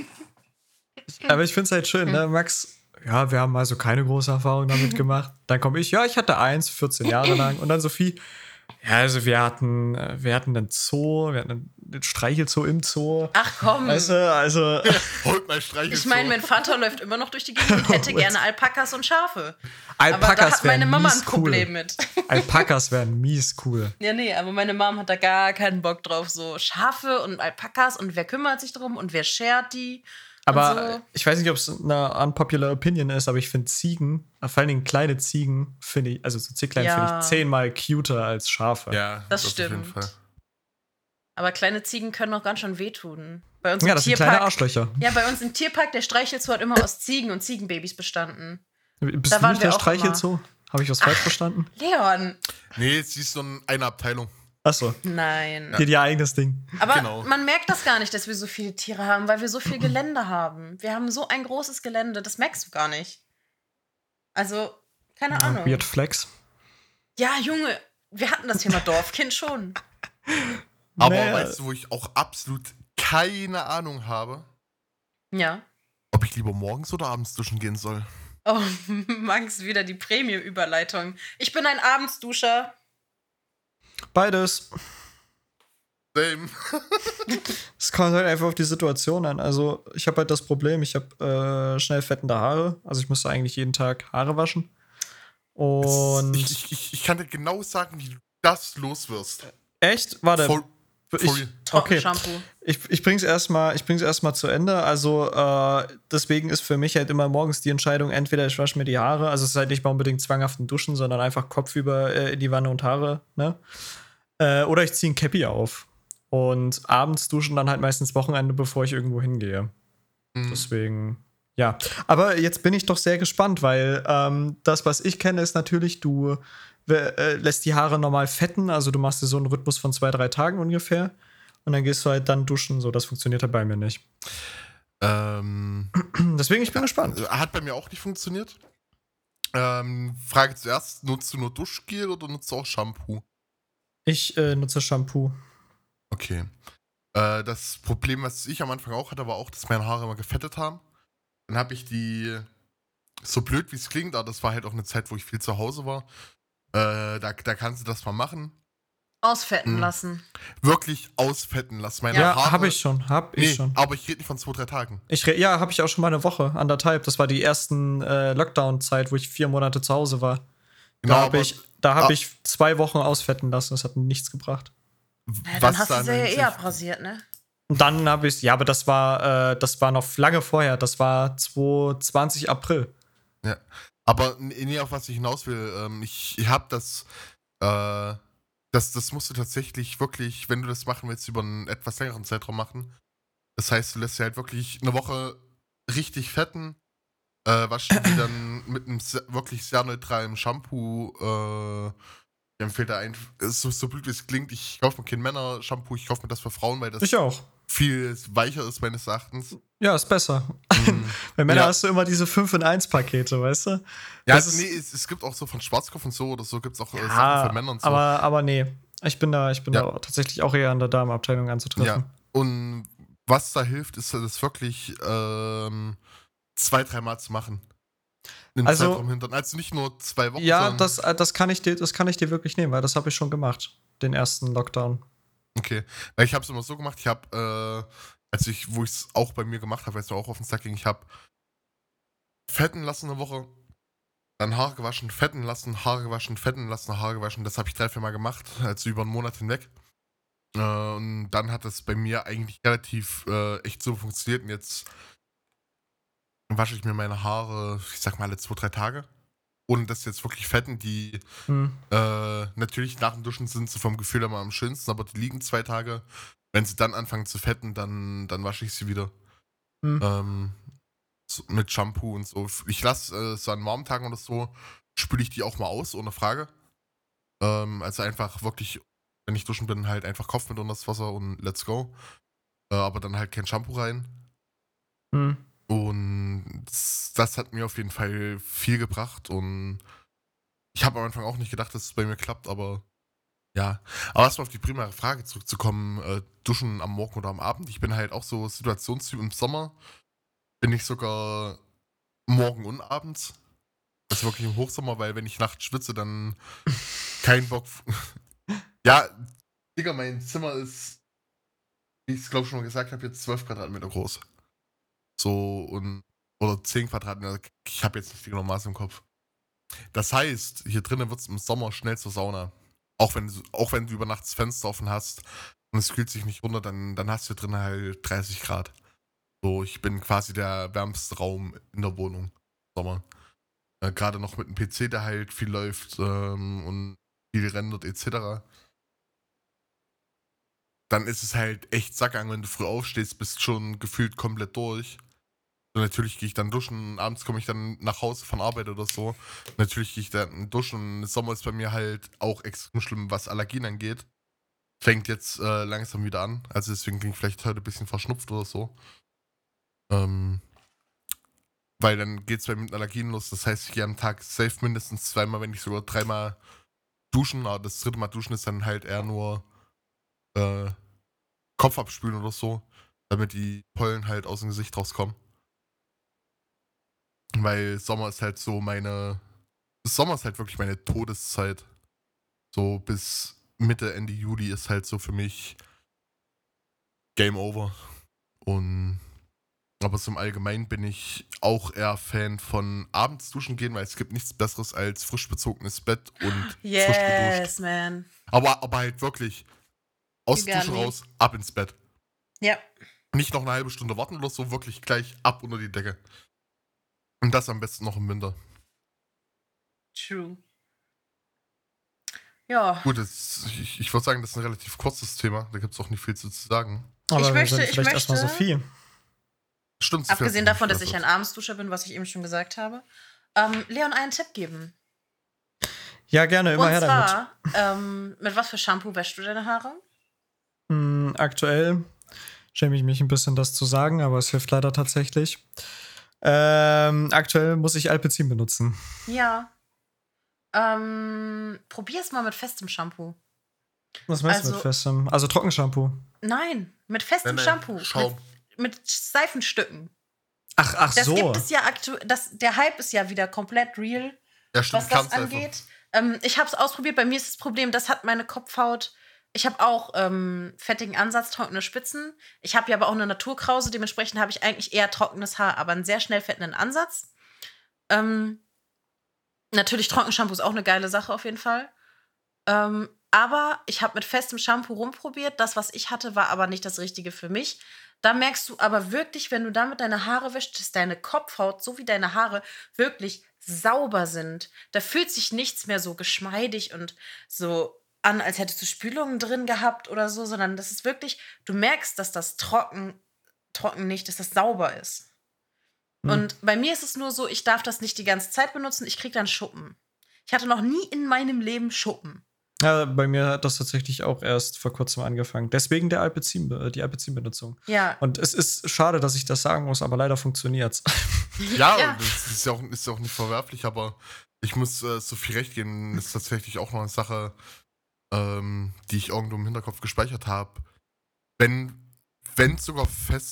Aber ich finde es halt schön, ne, Max? Ja, wir haben also keine große Erfahrung damit gemacht. Dann komme ich, ich hatte 14 Jahre lang. Und dann Sophie, ja, also wir hatten einen Zoo, wir hatten einen Streichelzoo im Zoo. Ach komm. Weißt du, also. Holt mal Streichelzoo. Ich meine, mein Vater läuft immer noch durch die Gegend und hätte gerne Alpakas und Schafe. Alpakas aber da hat meine Mama ein Problem mit. Alpakas wären mies cool. Ja, nee, aber meine Mom hat da gar keinen Bock drauf. So Schafe und Alpakas und wer kümmert sich drum und wer schert die? Aber so. Ich weiß nicht, ob es eine unpopular Opinion ist, aber ich finde Ziegen, vor allen Dingen kleine Ziegen, finde ich, also so zicklein, finde ich 10-mal cuter als Schafe. Ja, das stimmt. Auf jeden Fall. Aber kleine Ziegen können auch ganz schön wehtun. Bei uns das sind kleine Arschlöcher. Ja, bei uns im Tierpark, der Streichelzoo hat immer aus Ziegen und Ziegenbabys bestanden. Bist du nicht der Streichelzoo? Habe ich was falsch verstanden? Leon! Nee, sie ist so eine Abteilung. Achso. Nein. Ihr eigenes Ding. Aber man merkt das gar nicht, dass wir so viele Tiere haben, weil wir so viel Gelände haben. Wir haben so ein großes Gelände, das merkst du gar nicht. Also, keine Ahnung. Weird Flex. Ja, Junge, wir hatten das Thema Dorfkind schon. Aber weißt du, wo ich auch absolut keine Ahnung habe? Ja. Ob ich lieber morgens oder abends duschen gehen soll. Oh, Max, wieder die Premium-Überleitung. Ich bin ein Abendsduscher. Beides. Same. Es kommt halt einfach auf die Situation an. Also, ich habe halt das Problem, ich habe schnell fettende Haare. Also, ich müsste eigentlich jeden Tag Haare waschen. Und ich kann dir genau sagen, wie du das loswirst. Echt? Warte. Okay. Shampoo. Ich bring's erstmal zu Ende. Also, deswegen ist für mich halt immer morgens die Entscheidung, entweder ich wasche mir die Haare, also es ist halt nicht mal unbedingt zwanghaften Duschen, sondern einfach kopfüber in die Wanne und Haare, ne? Oder ich ziehe ein Cappy auf. Und abends duschen dann halt meistens Wochenende, bevor ich irgendwo hingehe. Deswegen, ja. Aber jetzt bin ich doch sehr gespannt, weil das, was ich kenne, ist natürlich, du lässt die Haare normal fetten, also du machst dir so einen Rhythmus von 2-3 Tagen ungefähr und dann gehst du halt dann duschen, so, das funktioniert halt bei mir nicht. Deswegen, ich bin gespannt. Hat bei mir auch nicht funktioniert. Frage zuerst, nutzt du nur Duschgel oder nutzt du auch Shampoo? Ich nutze Shampoo. Okay. Das Problem, was ich am Anfang auch hatte, war auch, dass meine Haare immer gefettet haben. Dann habe ich die, so blöd wie es klingt, aber das war halt auch eine Zeit, wo ich viel zu Hause war, Da kannst du das mal machen. Ausfetten lassen. Wirklich ausfetten lassen. Meine Ja, Haare, hab ich schon. aber ich rede nicht von 2-3 Tagen. Ja, habe ich auch schon mal eine Woche, anderthalb. Das war die ersten Lockdown-Zeit, wo ich 4 Monate zu Hause war. Genau, Da habe ich 2 Wochen ausfetten lassen. Das hat nichts gebracht. Ja, dann hast du sie ja eher abrasiert, ne? Und dann habe ich, ja, aber das war noch lange vorher. Das war 2020 April. Ja. Aber nee, auf was ich hinaus will, ich habe das musst du tatsächlich wirklich, wenn du das machen willst, über einen etwas längeren Zeitraum machen. Das heißt, du lässt sie halt wirklich eine Woche richtig fetten, waschst du die dann mit einem wirklich sehr neutralen Shampoo. Ich empfehle da so blöd wie es klingt, ich kaufe mir kein Männer-Shampoo, ich kaufe mir das für Frauen, weil das Ich auch. viel weicher ist, meines Erachtens. Ja, ist besser. Bei Männern hast du immer diese 5-in-1-Pakete, weißt du? Ja, Das nee, es gibt auch so von Schwarzkopf und so oder so, gibt es auch Ja, Sachen für Männer und so. aber nee. Ich bin da tatsächlich auch eher an der Damenabteilung anzutreffen. Ja, und was da hilft, ist das wirklich 2-3 Mal zu machen. Einen Also- Zeitraum hintern. Also nicht nur 2 Wochen, Ja, sondern. das kann ich dir wirklich nehmen, weil das habe ich schon gemacht. Den ersten Lockdown. Okay. Weil ich habe es immer so gemacht, ich habe, wo ich es auch bei mir gemacht habe, weil es mir auch auf den Sack ging, ich habe fetten lassen eine Woche, dann Haare gewaschen, fetten lassen, Haare gewaschen, fetten lassen, Haare gewaschen. Das habe ich 3-4 Mal gemacht, also über einen Monat hinweg. Und dann hat das bei mir eigentlich relativ echt so funktioniert. Und jetzt wasche ich mir meine Haare, ich sag mal, alle 2-3 Tage. Ohne dass jetzt wirklich fetten, die Hm. natürlich nach dem Duschen sind sie vom Gefühl immer am schönsten, aber die liegen 2 Tage. Wenn sie dann anfangen zu fetten, dann wasche ich sie wieder. Hm. So mit Shampoo und so. Ich lasse so an warmen Tagen oder so, spüle ich die auch mal aus, ohne Frage. Also einfach wirklich, wenn ich duschen bin, halt einfach Kopf mit unter das Wasser und let's go. Aber dann halt kein Shampoo rein. Hm. Und das hat mir auf jeden Fall viel gebracht. Und ich habe am Anfang auch nicht gedacht, dass es bei mir klappt, aber ja. Aber erstmal auf die primäre Frage zurückzukommen, duschen am Morgen oder am Abend. Ich bin halt auch so Situationstyp im Sommer. Bin ich sogar morgen und abends. Das ist wirklich im Hochsommer, weil wenn ich nachts schwitze, dann kein Bock. Ja, Digga, mein Zimmer ist, wie ich es glaube schon mal gesagt habe, jetzt 12 Quadratmeter groß. So, oder 10 Quadratmeter. Ich habe jetzt nicht die genaue Maße im Kopf. Das heißt, hier drinnen wird es im Sommer schnell zur Sauna. Auch wenn du über Nacht das Fenster offen hast und es kühlt sich nicht runter, dann hast du hier drinnen halt 30 Grad. So, ich bin quasi der wärmste Raum in der Wohnung im Sommer. Gerade noch mit einem PC, der halt viel läuft und viel rendert etc. Dann ist es halt echt Sackgang, wenn du früh aufstehst, bist schon gefühlt komplett durch. So, natürlich gehe ich dann duschen, abends komme ich dann nach Hause von Arbeit oder so. Natürlich gehe ich dann duschen und Sommer ist bei mir halt auch extrem schlimm, was Allergien angeht. Fängt jetzt langsam wieder an, also deswegen bin ich vielleicht heute ein bisschen verschnupft oder so. Weil dann geht es bei mir mit Allergien los, das heißt, ich gehe am Tag safe mindestens 2-mal, wenn nicht sogar 3-mal duschen, aber das 3. Mal duschen ist dann halt eher nur Kopf abspülen oder so, damit die Pollen halt aus dem Gesicht rauskommen. Weil Sommer ist halt wirklich meine Todeszeit. So bis Mitte, Ende Juli ist halt so für mich Game Over. Aber so im Allgemeinen bin ich auch eher Fan von abends duschen gehen, weil es gibt nichts Besseres als frisch bezogenes Bett und frisch geduscht. Yes, man. Aber halt wirklich aus You der got Dusche me. raus, ab ins Bett. Ja. Nicht noch eine halbe Stunde warten oder so, wirklich gleich ab unter die Decke. Und das am besten noch im Winter. True. Ja. Gut, ich würde sagen, das ist ein relativ kurzes Thema. Da gibt es auch nicht viel zu sagen. Aber wir möchte- sind ich vielleicht erstmal möchte- Sophie. Stimmt. Sophie Abgesehen hat davon, dass sich ich ein geöffnet. Abendsduscher bin, was ich eben schon gesagt habe. Leon einen Tipp geben. Ja, gerne, immer Und her damit. zwar, mit was für Shampoo wäschst du deine Haare? Aktuell schäme ich mich ein bisschen, das zu sagen, aber es hilft leider tatsächlich. Aktuell muss ich Alpecin benutzen. Ja. Probier es mal mit festem Shampoo. Was meinst du Also- mit festem? Also Trockenshampoo. Nein, mit festem Nein, Shampoo. Schaum. Mit Seifenstücken. Ach Das so. gibt es ja aktuell. Der Hype ist ja wieder komplett real, Ja, stimmt. was das Kannst einfach. angeht. Ich habe es ausprobiert. Bei mir ist das Problem, das hat meine Kopfhaut. Ich habe auch fettigen Ansatz, trockene Spitzen. Ich habe ja aber auch eine Naturkrause. Dementsprechend habe ich eigentlich eher trockenes Haar, aber einen sehr schnell fettenden Ansatz. Natürlich Trockenshampoo ist auch eine geile Sache auf jeden Fall. Aber ich habe mit festem Shampoo rumprobiert. Das, was ich hatte, war aber nicht das Richtige für mich. Da merkst du aber wirklich, wenn du damit deine Haare wäschst, dass deine Kopfhaut sowie deine Haare wirklich sauber sind. Da fühlt sich nichts mehr so geschmeidig und so an, als hättest du Spülungen drin gehabt oder so, sondern das ist wirklich, du merkst, dass das trocken nicht, dass das sauber ist. Und bei mir ist es nur so, ich darf das nicht die ganze Zeit benutzen, ich krieg dann Schuppen. Ich hatte noch nie in meinem Leben Schuppen. Ja, bei mir hat das tatsächlich auch erst vor kurzem angefangen. Deswegen die Alpecin-Benutzung. Ja. Und es ist schade, dass ich das sagen muss, aber leider funktioniert's. Ja, das ist ja auch nicht verwerflich, aber ich muss Sophie recht geben, ist tatsächlich auch noch eine Sache, die ich irgendwo im Hinterkopf gespeichert habe. Wenn sogar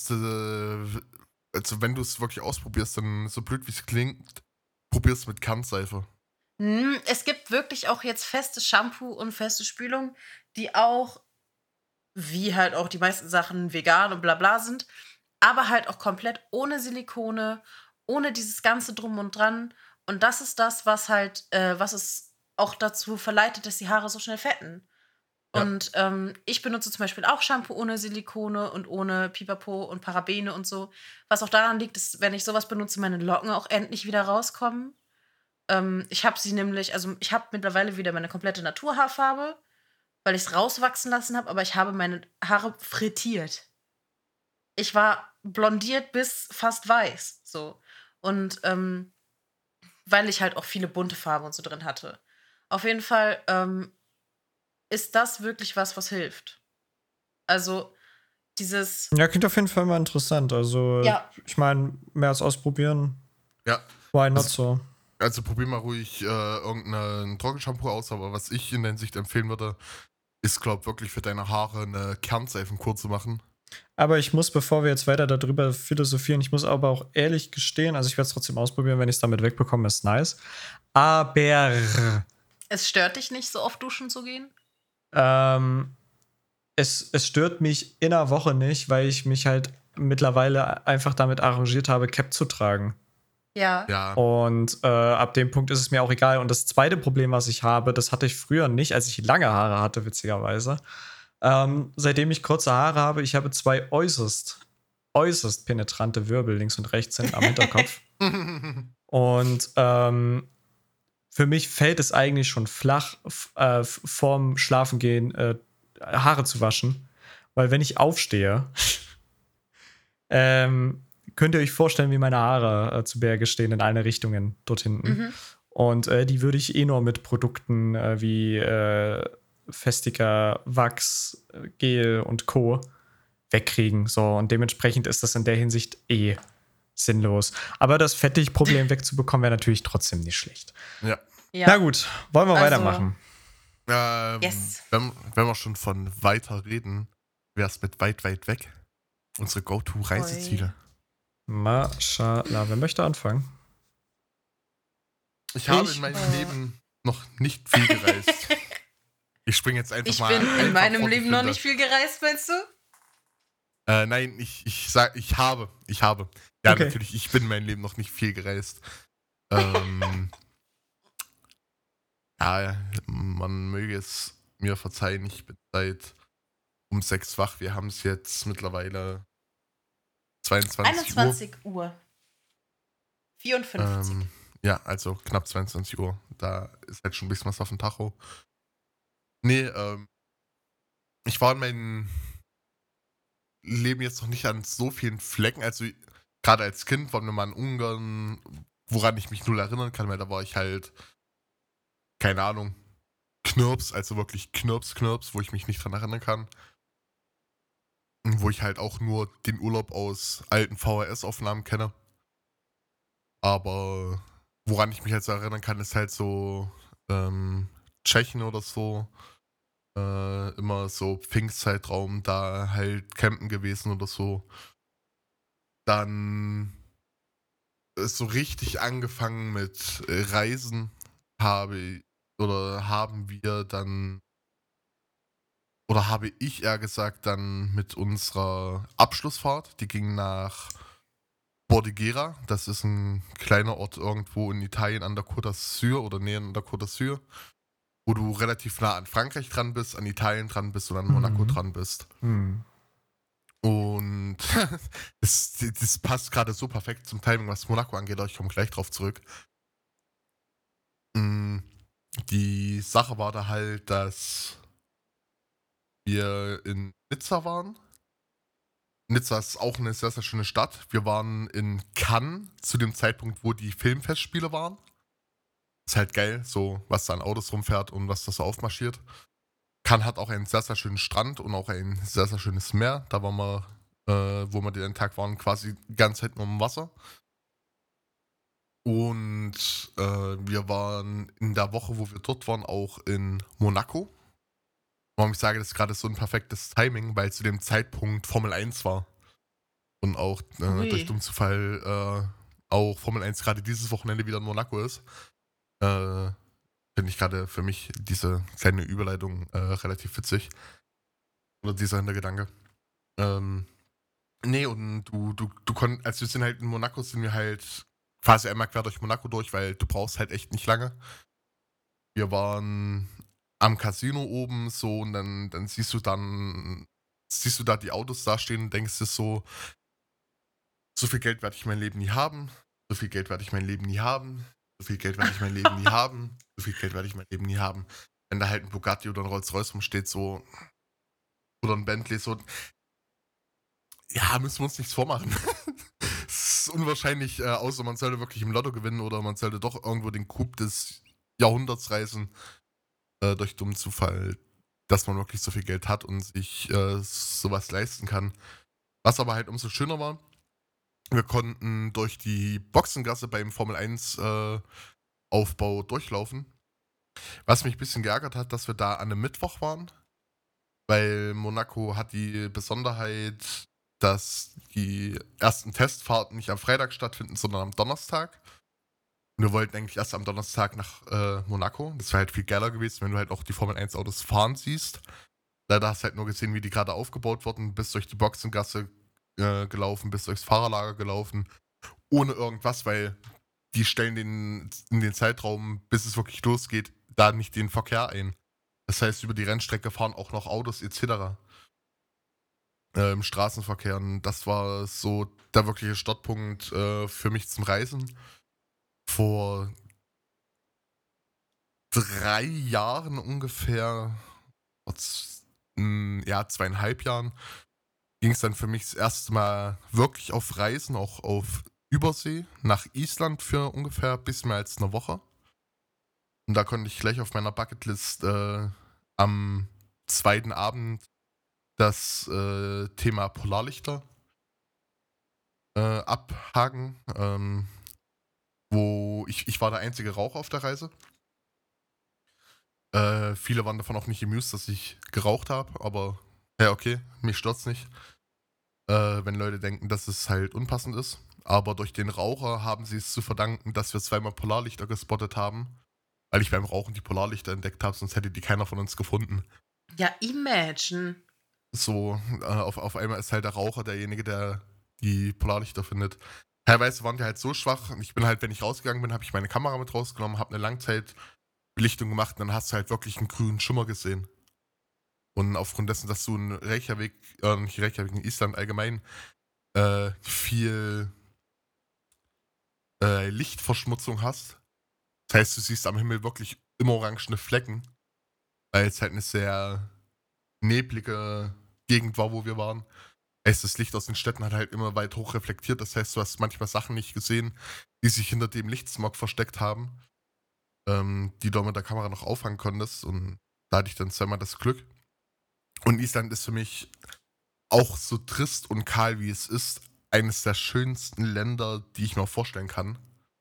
also wenn du es wirklich ausprobierst, dann so blöd wie es klingt, probier's mit Kernseife. Es gibt wirklich auch jetzt festes Shampoo und feste Spülung, die auch, wie halt auch die meisten Sachen vegan und bla bla sind, aber halt auch komplett ohne Silikone, ohne dieses ganze Drum und Dran. Und das ist das, was halt, was es auch dazu verleitet, dass die Haare so schnell fetten. Ja. Und ich benutze zum Beispiel auch Shampoo ohne Silikone und ohne Pipapo und Parabene und so. Was auch daran liegt, dass, wenn ich sowas benutze, meine Locken auch endlich wieder rauskommen. Ich habe sie nämlich, also ich habe mittlerweile wieder meine komplette Naturhaarfarbe, weil ich es rauswachsen lassen habe, aber ich habe meine Haare frittiert. Ich war blondiert bis fast weiß, so. Und weil ich halt auch viele bunte Farben und so drin hatte. Auf jeden Fall ist das wirklich was hilft. Also dieses, Ja, klingt auf jeden Fall mal interessant. Also, Ja. ich meine, mehr als ausprobieren, Ja, why not Das- so? also probier mal ruhig irgendein Trockenshampoo aus, aber was ich in der Hinsicht empfehlen würde, ist, glaube ich, wirklich für deine Haare eine Kernseifenkur zu machen. Aber ich muss, bevor wir jetzt weiter darüber philosophieren, ich muss aber auch ehrlich gestehen, also ich werde es trotzdem ausprobieren, wenn ich es damit wegbekomme, ist nice. Aber es stört dich nicht, so oft duschen zu gehen? es stört mich in einer Woche nicht, weil ich mich halt mittlerweile einfach damit arrangiert habe, Cap zu tragen. Ja. Ja, Und ab dem Punkt ist es mir auch egal. Und das zweite Problem, was ich habe, das hatte ich früher nicht, als ich lange Haare hatte, witzigerweise. Seitdem ich kurze Haare habe, ich habe zwei äußerst penetrante Wirbel links und rechts hinten am Hinterkopf. Und für mich fällt es eigentlich schon flach, vorm Schlafengehen Haare zu waschen. Weil wenn ich aufstehe, könnt ihr euch vorstellen, wie meine Haare zu Berge stehen in alle Richtungen dort hinten. Und die würde ich nur mit Produkten wie festiger Wachs, Gel und Co. wegkriegen. So, und dementsprechend ist das in der Hinsicht sinnlos. Aber das Fettigproblem wegzubekommen, wäre natürlich trotzdem nicht schlecht. ja. Na gut, wollen wir Also- weitermachen. Yes. Wenn wir schon von weiter reden, wäre es mit weit weg unsere Go-To-Reiseziele. Mashallah, wer möchte anfangen? Ich habe Ich- in meinem Leben noch nicht viel gereist. Ich springe jetzt einfach Ich mal. bin in einfach meinem vor die Leben noch Flinte. nicht viel gereist, meinst du? Nein, ich sag, ich habe. Ja, Okay. natürlich, ich bin in meinem Leben noch nicht viel gereist. Ja, man möge es mir verzeihen, ich bin seit um 6 wach. Wir haben es jetzt mittlerweile 22 Uhr. 21 Uhr. 54. Ja, also knapp 22 Uhr. Da ist halt schon ein bisschen was auf dem Tacho. Nee, ich war in meinem Leben jetzt noch nicht an so vielen Flecken. Also gerade als Kind waren wir mal in Ungarn, woran ich mich null erinnern kann, weil da war ich halt, keine Ahnung, Knirps, also wirklich Knirps, wo ich mich nicht dran erinnern kann. Und wo ich halt auch nur den Urlaub aus alten VHS-Aufnahmen kenne. Aber woran ich mich halt so erinnern kann, ist halt so Tschechien oder so. Immer so Pfingstzeitraum, da halt campen gewesen oder so. Dann ist so richtig angefangen mit Reisen habe oder haben wir dann, oder habe ich eher gesagt, dann mit unserer Abschlussfahrt, die ging nach Bordighera. Das ist ein kleiner Ort irgendwo in Italien an der Côte d'Azur oder näher an der Côte d'Azur, wo du relativ nah an Frankreich dran bist, an Italien dran bist und an Monaco Mhm. dran bist. Hm. Und das passt gerade so perfekt zum Timing, was Monaco angeht, aber ich komme gleich drauf zurück. Mm, Die Sache war da halt, dass wir in Nizza waren. Nizza ist auch eine sehr, sehr schöne Stadt. Wir waren in Cannes zu dem Zeitpunkt, wo die Filmfestspiele waren. Ist halt geil, so was da an Autos rumfährt und was da so aufmarschiert. Cannes hat auch einen sehr, sehr schönen Strand und auch ein sehr, sehr schönes Meer. Da waren wir, wo wir den Tag waren, quasi die ganze Zeit nur im Wasser. Und wir waren in der Woche, wo wir dort waren, auch in Monaco. Warum ich sage, das ist gerade so ein perfektes Timing, weil zu dem Zeitpunkt Formel 1 war. Und auch durch Ui. dummen Zufall auch Formel 1 gerade dieses Wochenende wieder in Monaco ist. Äh, Finde ich gerade für mich diese kleine Überleitung relativ witzig. Oder dieser Hintergedanke. Ähm, Nee, und du konntest, als wir sind halt in Monaco, sind wir halt quasi einmal quer durch Monaco durch, weil du brauchst halt echt nicht lange. Wir waren am Casino oben so und dann siehst du da die Autos da stehen und denkst dir so viel Geld werde ich mein Leben nie haben, so viel Geld werde ich mein Leben nie haben, so viel Geld werde ich mein Leben nie haben, so viel Geld werde ich mein Leben nie haben. Wenn da halt ein Bugatti oder ein Rolls-Royce rumsteht, so, oder ein Bentley, so, ja, müssen wir uns nichts vormachen. Es ist unwahrscheinlich, außer man sollte wirklich im Lotto gewinnen oder man sollte doch irgendwo den Coup des Jahrhunderts reißen, durch dummen Zufall, dass man wirklich so viel Geld hat und sich sowas leisten kann. Was aber halt umso schöner war, wir konnten durch die Boxengasse beim Formel 1 Aufbau durchlaufen. Was mich ein bisschen geärgert hat, dass wir da an einem Mittwoch waren, weil Monaco hat die Besonderheit, dass die ersten Testfahrten nicht am Freitag stattfinden, sondern am Donnerstag. Und wir wollten eigentlich erst am Donnerstag nach Monaco. Das wäre halt viel geiler gewesen, wenn du halt auch die Formel 1 Autos fahren siehst. Leider hast du halt nur gesehen, wie die gerade aufgebaut wurden, bis durch die Boxengasse gelaufen, bis durchs Fahrerlager gelaufen, ohne irgendwas, weil die stellen in den Zeitraum, bis es wirklich losgeht, da nicht den Verkehr ein. Das heißt, über die Rennstrecke fahren auch noch Autos etc. Im Straßenverkehr. Und das war so der wirkliche Startpunkt für mich zum Reisen. Vor 3 Jahren ungefähr, ja, 2,5 Jahren, ging es dann für mich das erste Mal wirklich auf Reisen, auch auf Übersee, nach Island für ungefähr ein bisschen mehr als eine Woche. Und da konnte ich gleich auf meiner Bucketlist am zweiten Abend das Thema Polarlichter abhaken. Wo ich war der einzige Raucher auf der Reise. Viele waren davon auch nicht amused, dass ich geraucht habe, aber ja, okay, mich stört's nicht, wenn Leute denken, dass es halt unpassend ist. Aber durch den Raucher haben sie es zu verdanken, dass wir zweimal Polarlichter gespottet haben, weil ich beim Rauchen die Polarlichter entdeckt habe, sonst hätte die keiner von uns gefunden. Ja, imagine. So, auf einmal ist halt der Raucher derjenige, der die Polarlichter findet. Teilweise waren die halt so schwach. Und ich bin halt, wenn ich rausgegangen bin, habe ich meine Kamera mit rausgenommen, habe eine Langzeitbelichtung gemacht und dann hast du halt wirklich einen grünen Schimmer gesehen. Und aufgrund dessen, dass du in Reykjavik, nicht Reykjavik, in Island allgemein, viel Lichtverschmutzung hast. Das heißt, du siehst am Himmel wirklich immer orangene Flecken, weil es halt eine sehr neblige Gegend war, wo wir waren. Das Licht aus den Städten hat halt immer weit hoch reflektiert. Das heißt, du hast manchmal Sachen nicht gesehen, die sich hinter dem Lichtsmog versteckt haben, die du mit der Kamera noch auffangen konntest. Und da hatte ich dann zweimal das Glück. Und Island ist für mich auch so trist und kahl, wie es ist, eines der schönsten Länder, die ich mir auch vorstellen kann.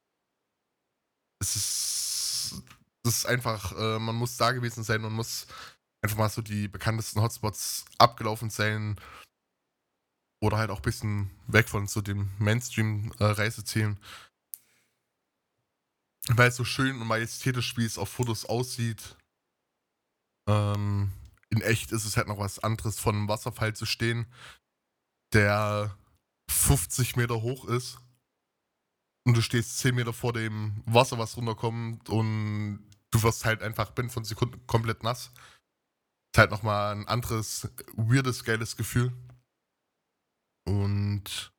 Es ist, es ist einfach, man muss da gewesen sein und muss einfach mal so die bekanntesten Hotspots abgelaufen sein. Oder halt auch ein bisschen weg von so dem Mainstream-Reisezielen. weil es so schön und majestätisch, wie es auf Fotos aussieht. Ähm, in echt ist es halt noch was anderes, vor 'nem Wasserfall zu stehen, der 50 Meter hoch ist und du stehst 10 Meter vor dem Wasser, was runterkommt und du wirst halt einfach binnen von Sekunden komplett nass. Ist halt noch mal 'n anderes weirdes, geiles Gefühl. Und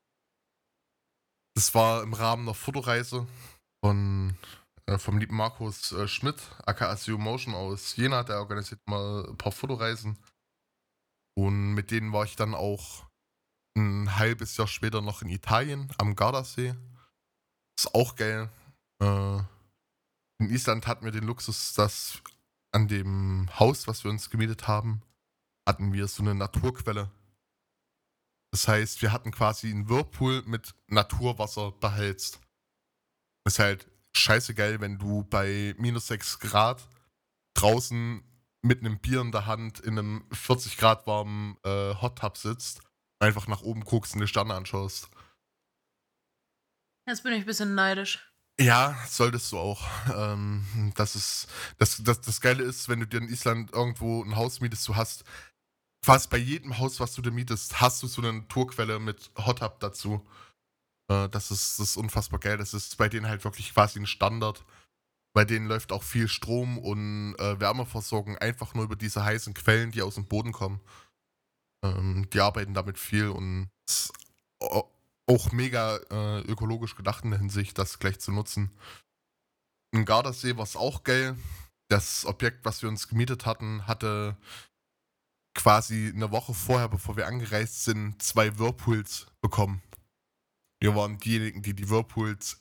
das war im Rahmen 'ner Fotoreise vom lieben Markus, Schmidt, aka Zero Motion aus Jena. Der organisiert mal 'n paar Fotoreisen und mit denen war ich dann auch 'n halbes Jahr später noch in Italien am Gardasee. Ist auch geil. Äh, in Island hatten wir den Luxus, dass an dem Haus, was wir uns gemietet haben, hatten wir so 'ne Naturquelle. Das heißt, wir hatten quasi 'n Whirlpool mit Naturwasser beheizt. Ist halt scheißegeil, wenn du bei -6 Grad draußen mit 'nem Bier in der Hand in 'nem 40 Grad warmen, Hot Tub sitzt, einfach nach oben guckst und die Sterne anschaust. Jetzt bin ich 'n bisschen neidisch. Ja, solltest du auch. Das ist das Geile ist, wenn du dir in Island irgendwo 'n Haus mietest, du hast quasi bei jedem Haus, was du dir mietest, hast du so 'ne Naturquelle mit Hot Tub dazu. Das ist unfassbar geil. Das ist bei denen halt wirklich quasi 'n Standard. Bei denen läuft auch viel Strom und, Wärmeversorgung einfach nur über diese heißen Quellen, die aus'm Boden kommen. Die arbeiten damit viel und ist a auch mega, ökologisch gedacht in der Hinsicht, das gleich zu nutzen. Im Gardasee war's auch geil. Das Objekt, was wir uns gemietet hatten, hatte quasi 'ne Woche vorher, bevor wir angereist sind, 2 Whirlpools bekommen. Wir waren diejenigen, die die Whirlpools,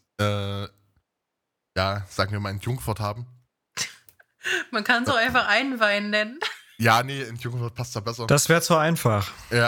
ja, sagen wir mal, entjungfert haben. Man kann's auch einfach Einweihen nennen. Ja, ne, entjungfert passt da besser. Das wäre zu einfach. Ja.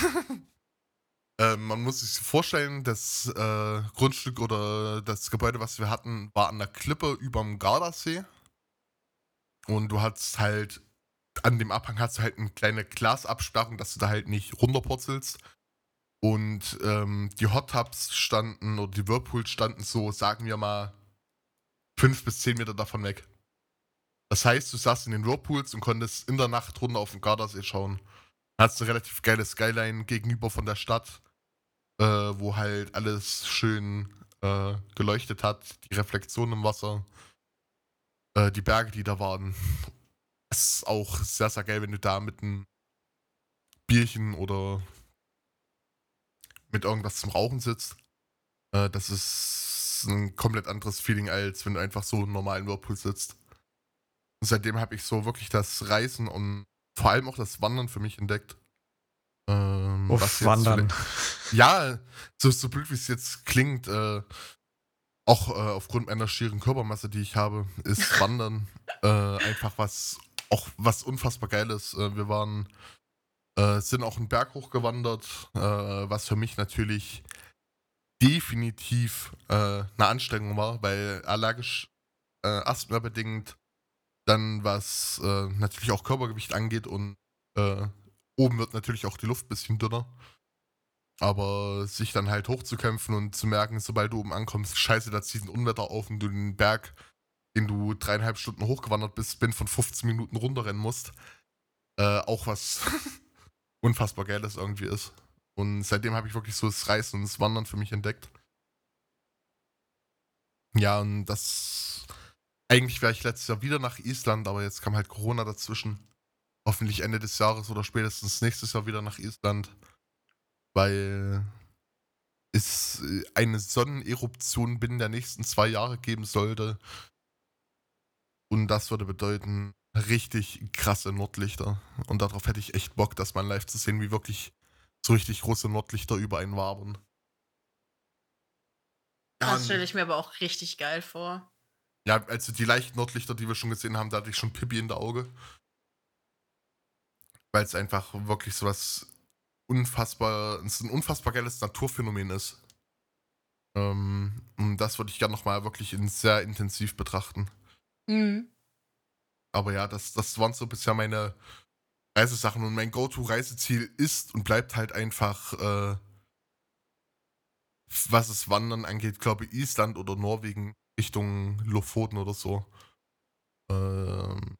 Man muss sich vorstellen, das, Grundstück oder das Gebäude, was wir hatten, war an der Klippe überm Gardasee. Und du hattest halt an dem Abhang hast du halt 'ne kleine Glasabsperrung, dass du da halt nicht runterpurzelst. Und, die Hot Tubs standen oder die Whirlpools standen so, sagen wir mal, 5 bis 10 Meter davon weg. Das heißt, du saßt in den Whirlpools und konntest in der Nacht runter auf den Gardasee schauen. Hattest 'ne relativ geile Skyline gegenüber von der Stadt, wo halt alles schön, geleuchtet hat, die Reflexion im Wasser, die Berge, die da waren. Es ist auch sehr, sehr geil, wenn du da mit 'nem Bierchen oder mit irgendwas zum Rauchen sitzt. Das ist 'n komplett anderes Feeling, als wenn du einfach so im normalen Whirlpool sitzt. Und seitdem habe ich so wirklich das Reisen und vor allem auch das Wandern für mich entdeckt. Was jetzt Wandern. Ja, so blöd wie es jetzt klingt, auch, aufgrund meiner schieren Körpermasse, die ich habe, ist Wandern, einfach was unfassbar Geiles. Wir sind auch 'n Berg hochgewandert, was für mich natürlich definitiv, 'ne Anstrengung war, weil allergisch, asthmabedingt, dann was, natürlich auch Körpergewicht angeht und, oben wird natürlich auch die Luft bisschen dünner. Aber sich dann halt hochzukämpfen und zu merken, sobald du oben ankommst: „Scheiße, da zieht 'n Unwetter auf“ und du den Berg, den du 3,5 Stunden hochgewandert bist, binnen von 15 Minuten runterrennen musst, auch was unfassbar Geiles irgendwie ist. Und seitdem habe ich wirklich so das Reisen und das Wandern für mich entdeckt. Ja, und das eigentlich wäre ich letztes Jahr wieder nach Island, aber jetzt kam halt Corona dazwischen. Hoffentlich Ende des Jahres oder spätestens nächstes Jahr wieder nach Island, weil es, eine Sonneneruption binnen der nächsten 2 Jahre geben sollte. Und das würde bedeuten, richtig krasse Nordlichter. Und darauf hätte ich echt Bock, das mal live zu sehen, wie wirklich so richtig große Nordlichter über einen wabern. Ja, Das stelle ich mir aber auch richtig geil vor. ja, also die leichten Nordlichter, die wir schon gesehen haben, da hatte ich schon Pipi in der Auge. Weil es einfach wirklich so was es 'n unfassbar geiles Naturphänomen ist. Und das würde ich gerne noch mal wirklich sehr intensiv betrachten. Mhm. Aber ja, das waren so bisher meine Reisesachen und mein Go-to-Reiseziel ist und bleibt halt einfach, was das Wandern angeht, glaube ich, Island oder Norwegen. Richtung Lofoten oder so. Ähm,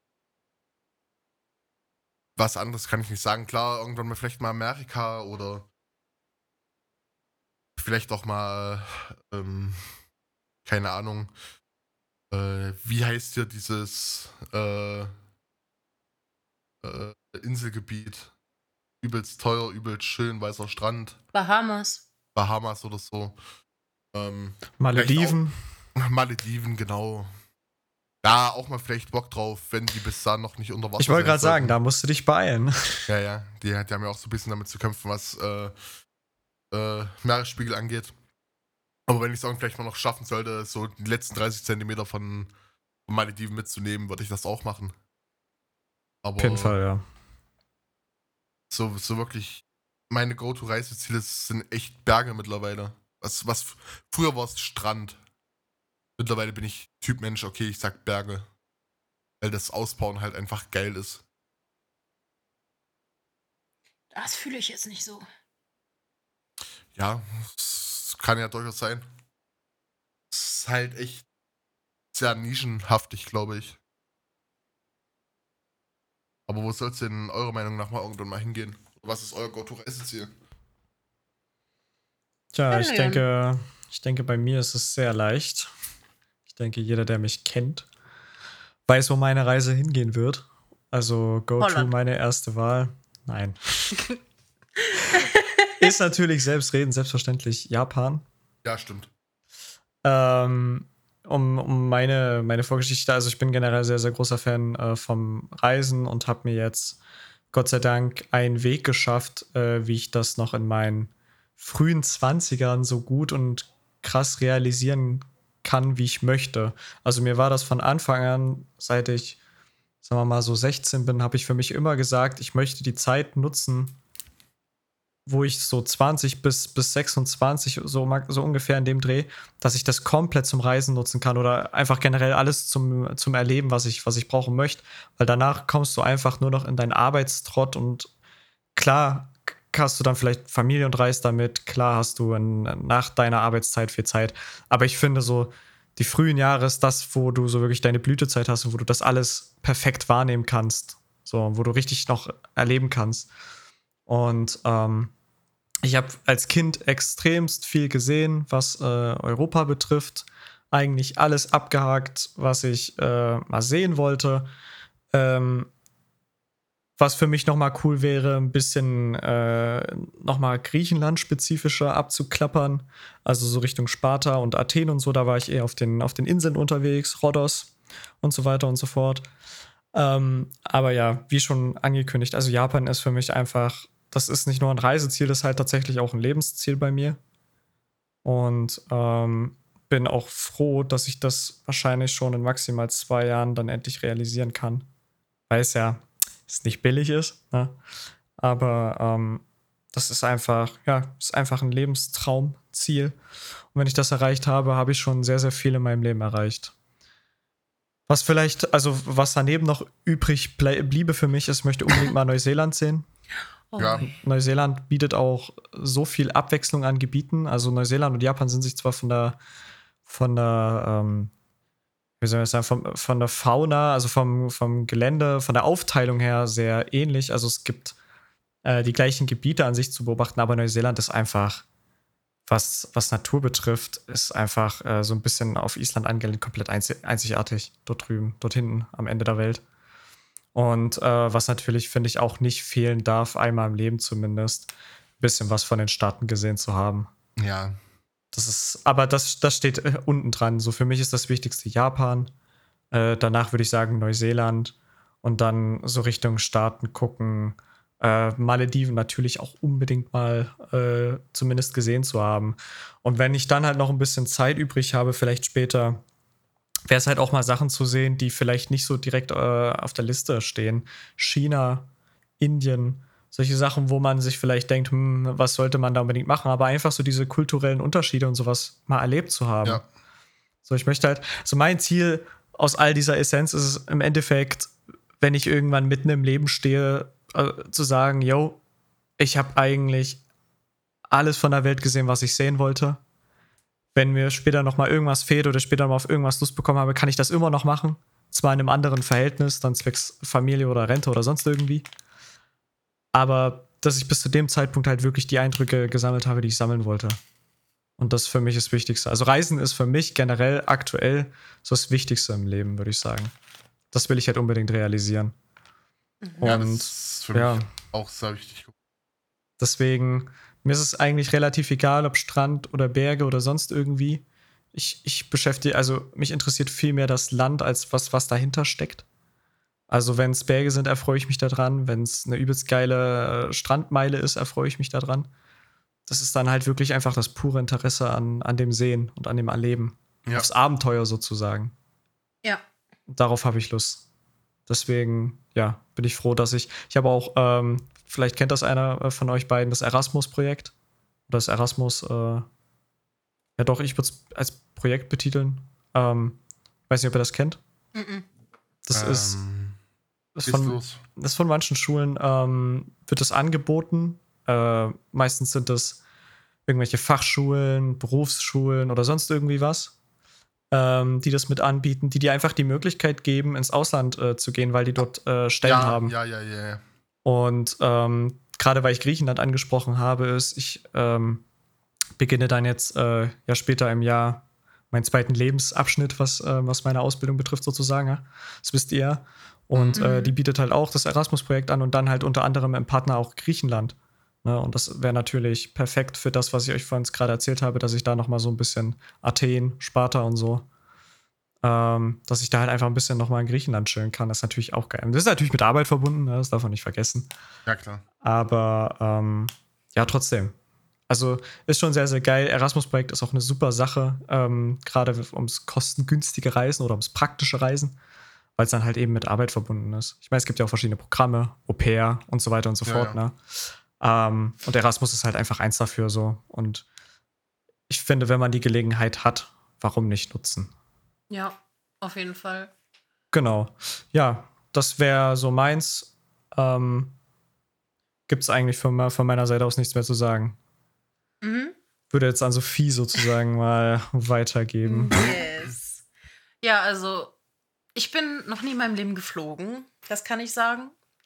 Was anderes kann ich nicht sagen. Klar, irgendwann mal vielleicht mal Amerika oder vielleicht auch mal, keine Ahnung, wie heißt hier dieses Inselgebiet? Übelst teuer, übelst schön, weißer Strand, Bahamas. Bahamas oder so. Vielleicht auch Malediven. Malediven, genau. Da auch mal vielleicht Bock drauf, wenn die bis dahin noch nicht unter Wasser Ich wollte sein gerade sagen, sollten. da musst du dich beeilen. Ja, ja, die haben ja auch so ein bisschen damit zu kämpfen, was Meeresspiegel angeht. Aber wenn ich es vielleicht mal noch schaffen sollte, so die letzten 30 Zentimeter von Malediven mitzunehmen, würde ich das auch machen. Auf jeden Aber Fall, ja. so wirklich meine Go-To-Reiseziele sind echt Berge mittlerweile. Früher war es Strand. Mittlerweile bin ich Typ Mensch, okay, ich sag Berge. Weil das Ausbauen halt einfach geil ist. Das fühle ich jetzt nicht so. Ja, es kann ja durchaus sein. Es ist halt echt sehr nischenhaftig, glaube ich. Aber wo soll es denn eurer Meinung nach mal irgendwann mal hingehen? Was ist euer Go-To-Reiseziel? Tja, ich Spanien. denke, bei mir ist es sehr leicht. Ich denke, jeder, der mich kennt, weiß, wo meine Reise hingehen wird. Also Go-To, Holland. meine erste Wahl. Nein. Ist natürlich selbstredend, selbstverständlich Japan. Ja, stimmt. Um meine Vorgeschichte, also ich bin generell sehr, sehr großer Fan vom Reisen und habe mir jetzt Gott sei Dank einen Weg geschafft, wie ich das noch in meinen frühen 20ern so gut und krass realisieren kann, wie ich möchte. Also mir war das von Anfang an, seit ich, sagen wir mal, so 16 bin, habe ich für mich immer gesagt, ich möchte die Zeit nutzen, wo ich so 20 bis 26, so ungefähr in dem Dreh, dass ich das komplett zum Reisen nutzen kann oder einfach generell alles zum Erleben, was ich brauchen möchte. Weil danach kommst du einfach nur noch in deinen Arbeitstrott und klar hast du dann vielleicht Familie und reist damit, klar hast du nach deiner Arbeitszeit viel Zeit. Aber ich finde so, die frühen Jahre ist das, wo du so wirklich deine Blütezeit hast und wo du das alles perfekt wahrnehmen kannst. So, wo du richtig noch erleben kannst. Und ich habe als Kind extremst viel gesehen, was Europa betrifft. Eigentlich alles abgehakt, was ich mal sehen wollte. Was für mich nochmal cool wäre, ein bisschen nochmal Griechenland spezifischer abzuklappern. Also so Richtung Sparta und Athen und so. Da war ich eher auf den Inseln unterwegs, Rhodos und so weiter und so fort. Aber ja, wie schon angekündigt, also Japan ist für mich einfach, das ist nicht nur ein Reiseziel, das ist halt tatsächlich auch ein Lebensziel bei mir. Und bin auch froh, dass ich das wahrscheinlich schon in maximal 2 Jahren dann endlich realisieren kann. Weil es nicht billig ist, ne? Aber das ist einfach, ja, ist einfach ein Lebenstraumziel. Und wenn ich das erreicht habe, habe ich schon sehr, sehr viel in meinem Leben erreicht. Was vielleicht, also was daneben noch übrig bliebe für mich, ist, ich möchte unbedingt mal Neuseeland sehen. Oh, Ja. Neuseeland bietet auch so viel Abwechslung an Gebieten. Also Neuseeland und Japan sind sich zwar von der wie soll ich sagen, von der Fauna, also vom Gelände, von der Aufteilung her sehr ähnlich. Also es gibt die gleichen Gebiete an sich zu beobachten, aber Neuseeland ist einfach, was Natur betrifft, ist einfach so ein bisschen auf Island angelehnt, komplett einzigartig dort drüben, dort hinten am Ende der Welt. Und was natürlich, finde ich, auch nicht fehlen darf, einmal im Leben zumindest, ein bisschen was von den Staaten gesehen zu haben. Ja. Aber das steht unten dran. So für mich ist das Wichtigste Japan. Danach würde ich sagen Neuseeland. Und dann so Richtung Staaten gucken. Malediven natürlich auch unbedingt mal zumindest gesehen zu haben. Und wenn ich dann halt noch ein bisschen Zeit übrig habe, vielleicht später, wäre es halt auch mal Sachen zu sehen, die vielleicht nicht so direkt auf der Liste stehen. China, Indien, solche Sachen, wo man sich vielleicht denkt, was sollte man da unbedingt machen, aber einfach so diese kulturellen Unterschiede und sowas mal erlebt zu haben. Ja. So, ich möchte halt, so mein Ziel aus all dieser Essenz ist es im Endeffekt, wenn ich irgendwann mitten im Leben stehe, zu sagen, yo, ich habe eigentlich alles von der Welt gesehen, was ich sehen wollte. wenn mir später nochmal irgendwas fehlt oder später mal auf irgendwas Lust bekommen habe, kann ich das immer noch machen. Zwar in einem anderen Verhältnis, dann zwecks Familie oder Rente oder sonst irgendwie. Aber dass ich bis zu dem Zeitpunkt halt wirklich die Eindrücke gesammelt habe, die ich sammeln wollte. Und das für mich ist das Wichtigste. Also Reisen ist für mich generell aktuell so das Wichtigste im Leben, würde ich sagen. Das will ich halt unbedingt realisieren. Ja, das Und ist für mich auch sehr wichtig. deswegen, mir ist es eigentlich relativ egal, ob Strand oder Berge oder sonst irgendwie. Ich beschäftige, also mich interessiert viel mehr das Land, als was dahinter steckt. Also wenn es Berge sind, erfreue ich mich daran. Wenn es eine übelst geile Strandmeile ist, erfreue ich mich daran. Das ist dann halt wirklich einfach das pure Interesse an dem Sehen und an dem Erleben. Ja. Aufs Abenteuer sozusagen. Ja. Darauf habe ich Lust. Deswegen, ja, bin ich froh, dass ich habe auch, vielleicht kennt das einer von euch beiden, das Erasmus-Projekt. Oder das Erasmus, ja doch, ich würde es als Projekt betiteln. Weiß nicht, ob ihr das kennt. Mhm. Das ist ist von manchen Schulen wird das angeboten. Meistens sind das irgendwelche Fachschulen, Berufsschulen oder sonst irgendwie was, die das mit anbieten, die dir einfach die Möglichkeit geben, ins Ausland zu gehen, weil die dort Stellen haben. Ja. Und gerade weil ich Griechenland angesprochen habe, ist, ich beginne dann jetzt ja später im Jahr meinen zweiten Lebensabschnitt, was meine Ausbildung betrifft, sozusagen. Ja? Das wisst ihr ja. Und die bietet halt auch das Erasmus-Projekt an und dann halt unter anderem im Partner auch Griechenland. Ne? Und das wäre natürlich perfekt für das, was ich euch vorhin gerade erzählt habe, dass ich da nochmal so ein bisschen Athen, Sparta und so, dass ich da halt einfach ein bisschen nochmal in Griechenland chillen kann. Das ist natürlich auch geil. Und das ist natürlich mit Arbeit verbunden, ne? Das darf man nicht vergessen. Ja, klar. Aber ja, trotzdem. Also ist schon sehr, sehr geil. Erasmus-Projekt ist auch eine super Sache, gerade ums kostengünstige Reisen oder ums praktische Reisen, weil es dann halt eben mit Arbeit verbunden ist. Ich meine, es gibt ja auch verschiedene Programme, Au-pair und so weiter und so fort. Ja. Ne? Und Erasmus ist halt einfach eins dafür so. Und ich finde, wenn man die Gelegenheit hat, warum nicht nutzen? Ja, auf jeden Fall. Genau. Ja, das wäre so meins. Gibt es eigentlich von meiner Seite aus nichts mehr zu sagen. Mhm. Würde jetzt an Sophie sozusagen mal weitergeben. Yes. Ja, also ich bin noch nie in meinem Leben geflogen, das kann ich sagen.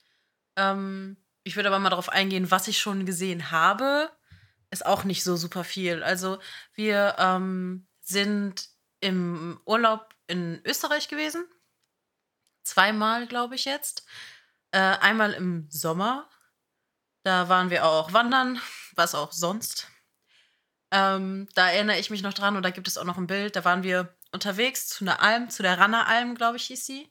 Ich würde aber mal darauf eingehen, was ich schon gesehen habe. Ist auch nicht so super viel. Also wir sind im Urlaub in Österreich gewesen. 2-mal, glaube ich jetzt. Einmal im Sommer. Da waren wir auch wandern, was auch sonst. Da erinnere ich mich noch dran und da gibt es auch noch ein Bild. Da waren wir unterwegs zu einer Alm, zu der Ranna-Alm, glaube ich, hieß sie.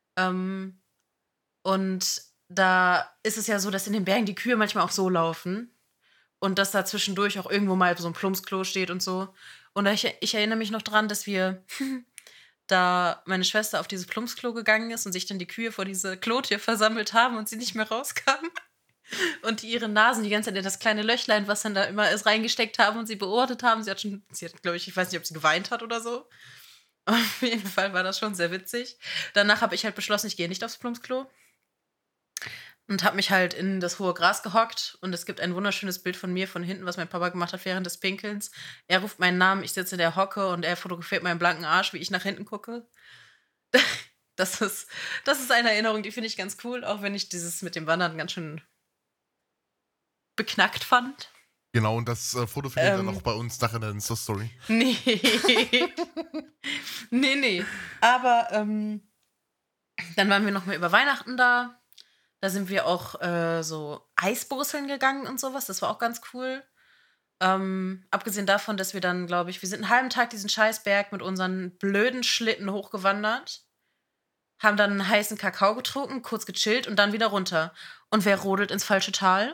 Und da ist es ja so, dass in den Bergen die Kühe manchmal auch so laufen. Und dass da zwischendurch auch irgendwo mal so ein Plumpsklo steht und so. Und ich erinnere mich noch dran, dass wir da meine Schwester auf dieses Plumpsklo gegangen ist und sich dann die Kühe vor diese Klotür versammelt haben und sie nicht mehr rauskamen. Und die ihre Nasen die ganze Zeit in das kleine Löchlein, was dann da immer ist, reingesteckt haben und sie beobachtet haben. Sie hat, glaube ich weiß nicht, ob sie geweint hat oder so. Auf jeden Fall war das schon sehr witzig. Danach habe ich halt beschlossen, ich gehe nicht aufs Plumpsklo. Und habe mich halt in das hohe Gras gehockt. Und es gibt ein wunderschönes Bild von mir von hinten, was mein Papa gemacht hat während des Pinkelns. Er ruft meinen Namen, ich sitze in der Hocke und er fotografiert meinen blanken Arsch, wie ich nach hinten gucke. Das ist eine Erinnerung, die finde ich ganz cool, auch wenn ich dieses mit dem Wandern ganz schön beknackt fand. Genau, und das Foto findet ihr dann noch bei uns nachher in der Insta-Story. Nee. Nee. Aber dann waren wir noch mal über Weihnachten da. Da sind wir auch so Eisbrüsseln gegangen und sowas. Das war auch ganz cool. Abgesehen davon, dass wir dann, glaube ich, wir sind einen halben Tag diesen Scheißberg mit unseren blöden Schlitten hochgewandert, haben dann einen heißen Kakao getrunken, kurz gechillt und dann wieder runter. Und wer rodelt ins falsche Tal?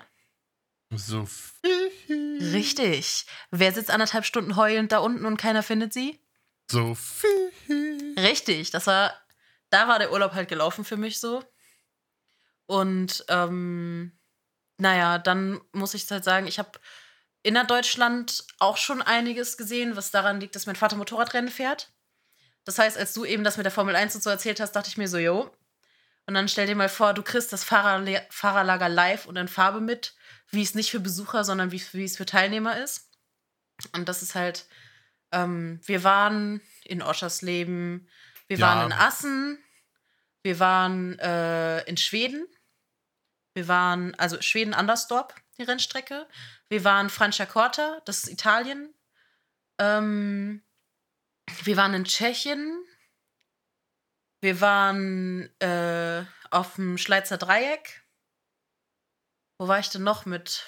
Sophie. Richtig. Wer sitzt 1,5 Stunden heulend da unten und keiner findet sie? Sophie. Richtig. Da war der Urlaub halt gelaufen für mich so. Und naja, dann muss ich halt sagen, ich habe innerdeutschland auch schon einiges gesehen, was daran liegt, dass mein Vater Motorradrennen fährt. Das heißt, als du eben das mit der Formel 1 und so erzählt hast, dachte ich mir so, jo. Und dann stell dir mal vor, du kriegst das Fahrerlager live und in Farbe mit, wie es nicht für Besucher, sondern wie es für Teilnehmer ist. Und das ist halt Wir waren in Oschersleben, wir Ja. waren in Assen, wir waren in Schweden. Wir waren, also Schweden-Anderstorp, die Rennstrecke. Wir waren Franciacorta, das ist Italien. Wir waren in Tschechien. Wir waren auf dem Schleizer Dreieck. Wo war ich denn noch mit?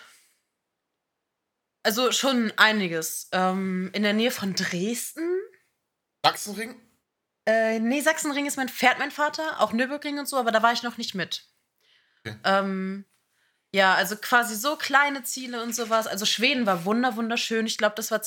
Also schon einiges. In der Nähe von Dresden. Sachsenring? Nee, Sachsenring fährt mein Vater. Auch Nürburgring und so, aber da war ich noch nicht mit. Okay. Ja, also quasi so kleine Ziele und sowas. Also Schweden war wunderschön. Ich glaube, das war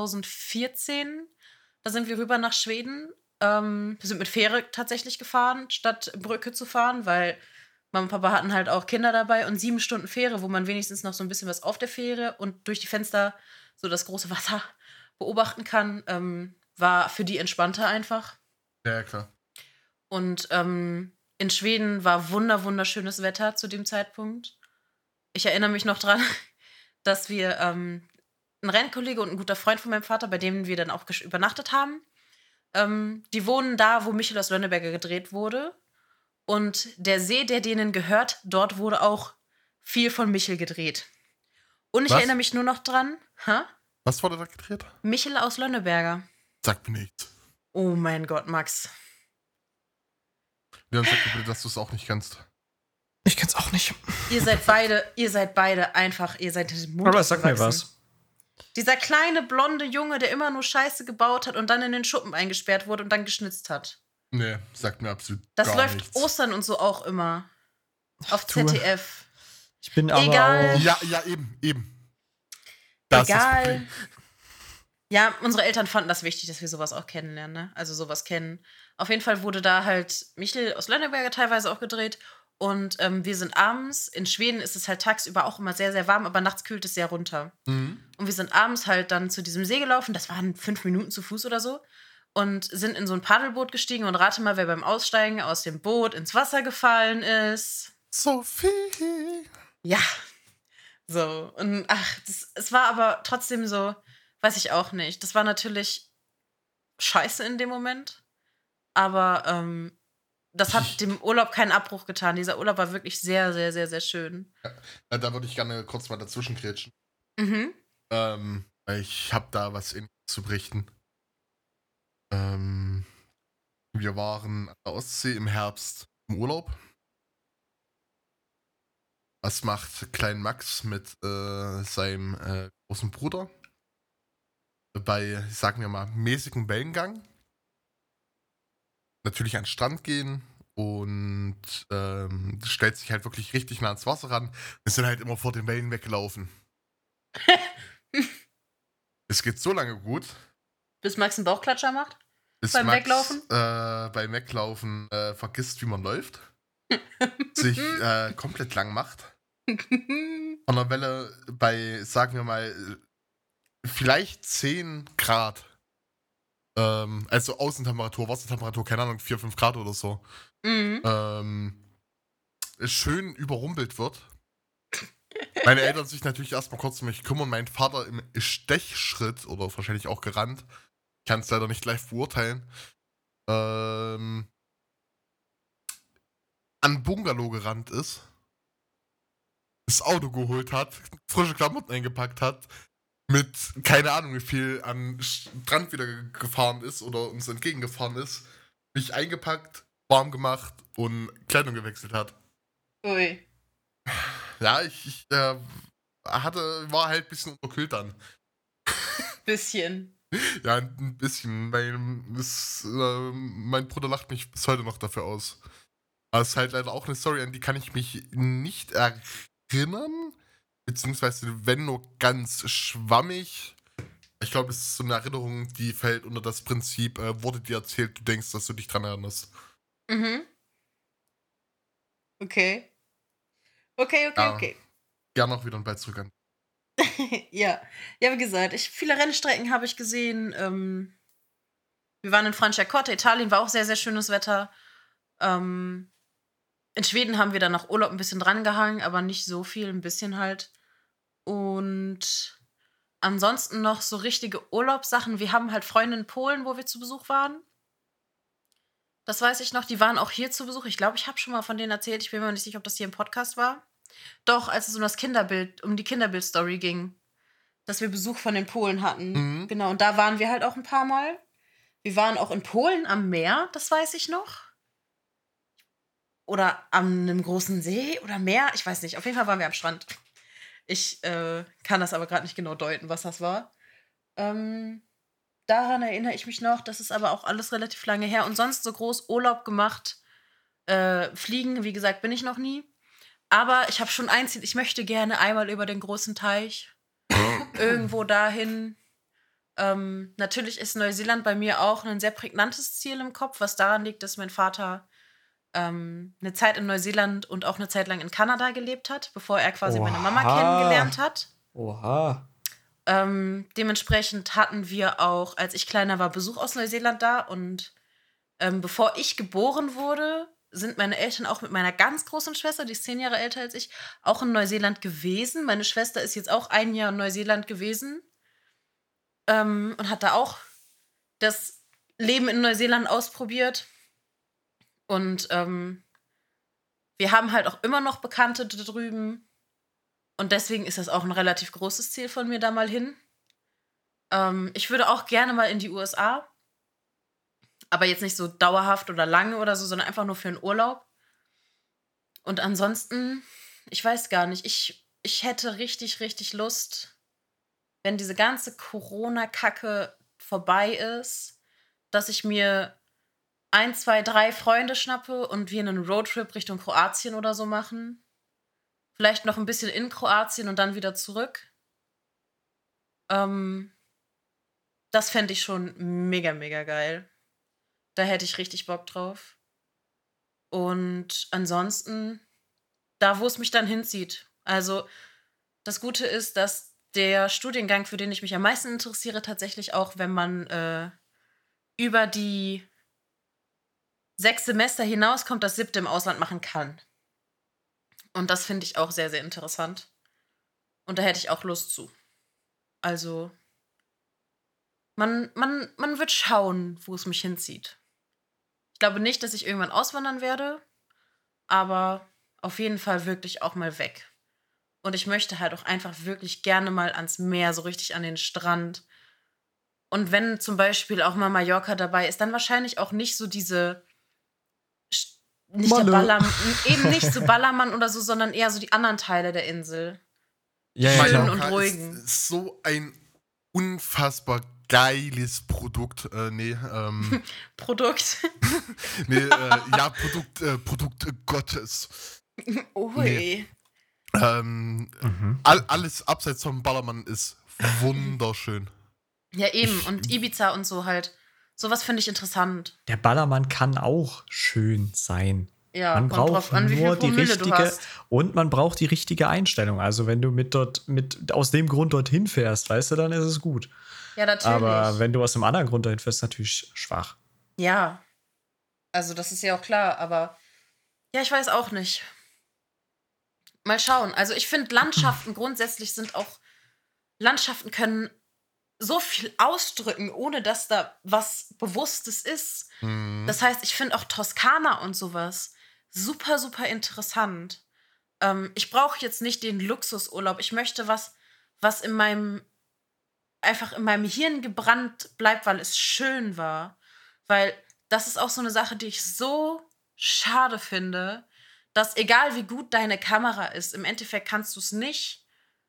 2014. Da sind wir rüber nach Schweden. Wir sind mit Fähre tatsächlich gefahren, statt Brücke zu fahren, weil Mama und Papa hatten halt auch Kinder dabei. Und 7 Stunden Fähre, wo man wenigstens noch so ein bisschen was auf der Fähre und durch die Fenster so das große Wasser beobachten kann, war für die entspannter einfach. Ja, klar. Und in Schweden war wunderschönes Wetter zu dem Zeitpunkt. Ich erinnere mich noch dran, dass wir ein Rennkollege und ein guter Freund von meinem Vater, bei dem wir dann auch übernachtet haben, die wohnen da, wo Michel aus Lönneberger gedreht wurde. Und der See, der denen gehört, dort wurde auch viel von Michel gedreht. Und ich Was? erinnere mich nur noch dran, Was wurde da gedreht? Michel aus Lönneberger. Sag mir nichts. Oh mein Gott, Max. Leon, sag mir bitte, dass du es auch nicht kennst. Ich kenn's auch nicht. Ihr seid beide einfach, ihr seid Mund Aber sag mir aufgewachsen. was. Dieser kleine, blonde Junge, der immer nur Scheiße gebaut hat und dann in den Schuppen eingesperrt wurde und dann geschnitzt hat. Nee, sagt mir absolut Das gar läuft nichts. Ostern und so auch immer. Auf Du. ZDF. Ich bin aber Egal. auch. Ja, eben. Das ist das Egal. Problem. Ja, unsere Eltern fanden das wichtig, dass wir sowas auch kennenlernen, ne? Also sowas kennen. Auf jeden Fall wurde da halt Michel aus Lönneberger teilweise auch gedreht. Und wir sind abends, in Schweden ist es halt tagsüber auch immer sehr warm, aber nachts kühlt es sehr runter. Mhm. Und wir sind abends halt dann zu diesem See gelaufen, das waren 5 Minuten zu Fuß oder so, und sind in so ein Paddelboot gestiegen und rate mal, wer beim Aussteigen aus dem Boot ins Wasser gefallen ist. Sophie. Ja. So, und es war aber trotzdem so, weiß ich auch nicht. Das war natürlich scheiße in dem Moment, aber das hat dem Urlaub keinen Abbruch getan. Dieser Urlaub war wirklich sehr schön. Ja, da würde ich gerne kurz mal dazwischen grätschen. Mhm. Ich habe da was zu berichten. Wir waren an der Ostsee im Herbst im Urlaub. Was macht Klein Max mit seinem großen Bruder? Bei, sagen wir mal, mäßigem Wellengang. Natürlich an den Strand gehen und stellt sich halt wirklich richtig nah ans Wasser ran. Wir sind halt immer vor den Wellen weggelaufen. Es geht so lange gut, Bis Max einen Bauchklatscher macht? bis Beim Max Weglaufen? beim Weglaufen vergisst, wie man läuft. Sich komplett lang macht. Von der Welle bei, sagen wir mal, vielleicht 10 Grad. Also Außentemperatur, Wassertemperatur, keine Ahnung, 4, 5 Grad oder so. Mhm. Schön überrumpelt wird. Meine Eltern sich natürlich erstmal kurz um mich kümmern. Mein Vater im Stechschritt oder wahrscheinlich auch gerannt. Ich kann es leider nicht live beurteilen. An Bungalow gerannt ist. Das Auto geholt hat. Frische Klamotten eingepackt hat. Mit, keine Ahnung, wie viel an Strand wieder gefahren ist oder uns entgegengefahren ist. Mich eingepackt, warm gemacht und Kleidung gewechselt hat. Ui. Ja, ich war halt ein bisschen unterkühlt dann. Bisschen. Ja, ein bisschen. Mein Bruder lacht mich bis heute noch dafür aus. Aber es ist halt leider auch eine Story, an die kann ich mich nicht erinnern. Beziehungsweise, wenn nur ganz schwammig. Ich glaube, es ist so eine Erinnerung, die fällt unter das Prinzip, wurde dir erzählt, du denkst, dass du dich dran erinnerst. Mhm. Okay. Okay. Gerne auch wieder ein Ball zurück an. Ja, wie gesagt, viele Rennstrecken habe ich gesehen. Wir waren in Franciacorta, Italien, war auch sehr schönes Wetter. In Schweden haben wir dann nach Urlaub ein bisschen drangehangen, aber nicht so viel, ein bisschen halt. Und ansonsten noch so richtige Urlaubssachen. Wir haben halt Freunde in Polen, wo wir zu Besuch waren. Das weiß ich noch. Die waren auch hier zu Besuch. Ich glaube, ich habe schon mal von denen erzählt. Ich bin mir nicht sicher, ob das hier im Podcast war. Doch, als es um die Kinderbild-Story ging, dass wir Besuch von den Polen hatten. Mhm. Genau, und da waren wir halt auch ein paar Mal. Wir waren auch in Polen am Meer, das weiß ich noch. Oder an einem großen See oder Meer, ich weiß nicht. Auf jeden Fall waren wir am Strand. Ich kann das aber gerade nicht genau deuten, was das war. Daran erinnere ich mich noch. Das ist aber auch alles relativ lange her. Und sonst so groß Urlaub gemacht. Fliegen, wie gesagt, bin ich noch nie. Aber ich habe schon ein Ziel. Ich möchte gerne einmal über den großen Teich. Irgendwo dahin. Natürlich ist Neuseeland bei mir auch ein sehr prägnantes Ziel im Kopf, was daran liegt, dass mein Vater eine Zeit in Neuseeland und auch eine Zeit lang in Kanada gelebt hat, bevor er quasi meine Mama kennengelernt hat. Oha. Dementsprechend hatten wir auch, als ich kleiner war, Besuch aus Neuseeland da. Und bevor ich geboren wurde, sind meine Eltern auch mit meiner ganz großen Schwester, die ist 10 Jahre älter als ich, auch in Neuseeland gewesen. Meine Schwester ist jetzt auch 1 Jahr in Neuseeland gewesen und hat da auch das Leben in Neuseeland ausprobiert. Und wir haben halt auch immer noch Bekannte da drüben. Und deswegen ist das auch ein relativ großes Ziel von mir, da mal hin. Ich würde auch gerne mal in die USA. Aber jetzt nicht so dauerhaft oder lange oder so, sondern einfach nur für einen Urlaub. Und ansonsten, ich weiß gar nicht, ich hätte richtig, richtig Lust, wenn diese ganze Corona-Kacke vorbei ist, dass ich mir 1, 2, 3 Freunde schnappe und wir einen Roadtrip Richtung Kroatien oder so machen. Vielleicht noch ein bisschen in Kroatien und dann wieder zurück. Das fände ich schon mega, mega geil. Da hätte ich richtig Bock drauf. Und ansonsten, da wo es mich dann hinzieht. Also, das Gute ist, dass der Studiengang, für den ich mich am meisten interessiere, tatsächlich auch, wenn man über die 6 Semester hinauskommt, das 7. im Ausland machen kann. Und das finde ich auch sehr, sehr interessant. Und da hätte ich auch Lust zu. Also, man wird schauen, wo es mich hinzieht. Ich glaube nicht, dass ich irgendwann auswandern werde, aber auf jeden Fall wirklich auch mal weg. Und ich möchte halt auch einfach wirklich gerne mal ans Meer, so richtig an den Strand. Und wenn zum Beispiel auch mal Mallorca dabei ist, dann wahrscheinlich auch nicht so diese, nicht der Ballermann, eben nicht so Ballermann oder so, sondern eher so die anderen Teile der Insel. Ja, Schön klar. und ruhigen. Ist so ein unfassbar geiles Produkt. Produkt. Produkt Gottes. Ui. Nee. Alles abseits vom Ballermann ist wunderschön. Ja, eben. Und Ibiza und so halt. Sowas finde ich interessant. Der Ballermann kann auch schön sein. Ja, Man kommt braucht drauf an, wie viel nur die Promille du richtige hast. und man braucht die richtige Einstellung. Also wenn du aus dem Grund dorthin fährst, weißt du, dann ist es gut. Ja, natürlich. Aber wenn du aus einem anderen Grund dahin fährst, ist natürlich schwach. Ja. Also, das ist ja auch klar, aber ja, ich weiß auch nicht. Mal schauen. Also, ich finde, Landschaften grundsätzlich Landschaften können so viel ausdrücken, ohne dass da was Bewusstes ist. Mhm. Das heißt, ich finde auch Toskana und sowas super, super interessant. Ich brauche jetzt nicht den Luxusurlaub. Ich möchte was einfach in meinem Hirn gebrannt bleibt, weil es schön war. Weil das ist auch so eine Sache, die ich so schade finde, dass egal wie gut deine Kamera ist, im Endeffekt kannst du es nicht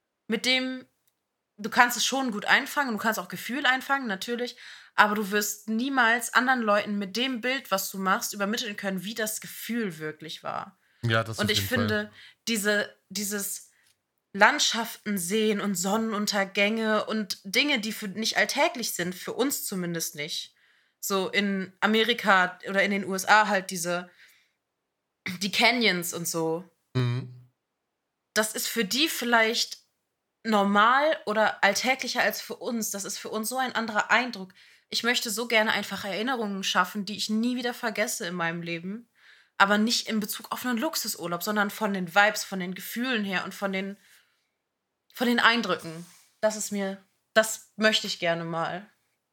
du kannst es schon gut einfangen, du kannst auch Gefühl einfangen, natürlich, aber du wirst niemals anderen Leuten mit dem Bild, was du machst, übermitteln können, wie das Gefühl wirklich war. Ja, das Und auf ich jeden finde, dieses Landschaften sehen und Sonnenuntergänge und Dinge, die nicht alltäglich sind, für uns zumindest nicht. So in Amerika oder in den USA halt die Canyons und so. Mhm. Das ist für die vielleicht normal oder alltäglicher als für uns. Das ist für uns so ein anderer Eindruck. Ich möchte so gerne einfach Erinnerungen schaffen, die ich nie wieder vergesse in meinem Leben. Aber nicht in Bezug auf einen Luxusurlaub, sondern von den Vibes, von den Gefühlen her und von den Eindrücken. Das ist mir Das möchte ich gerne mal.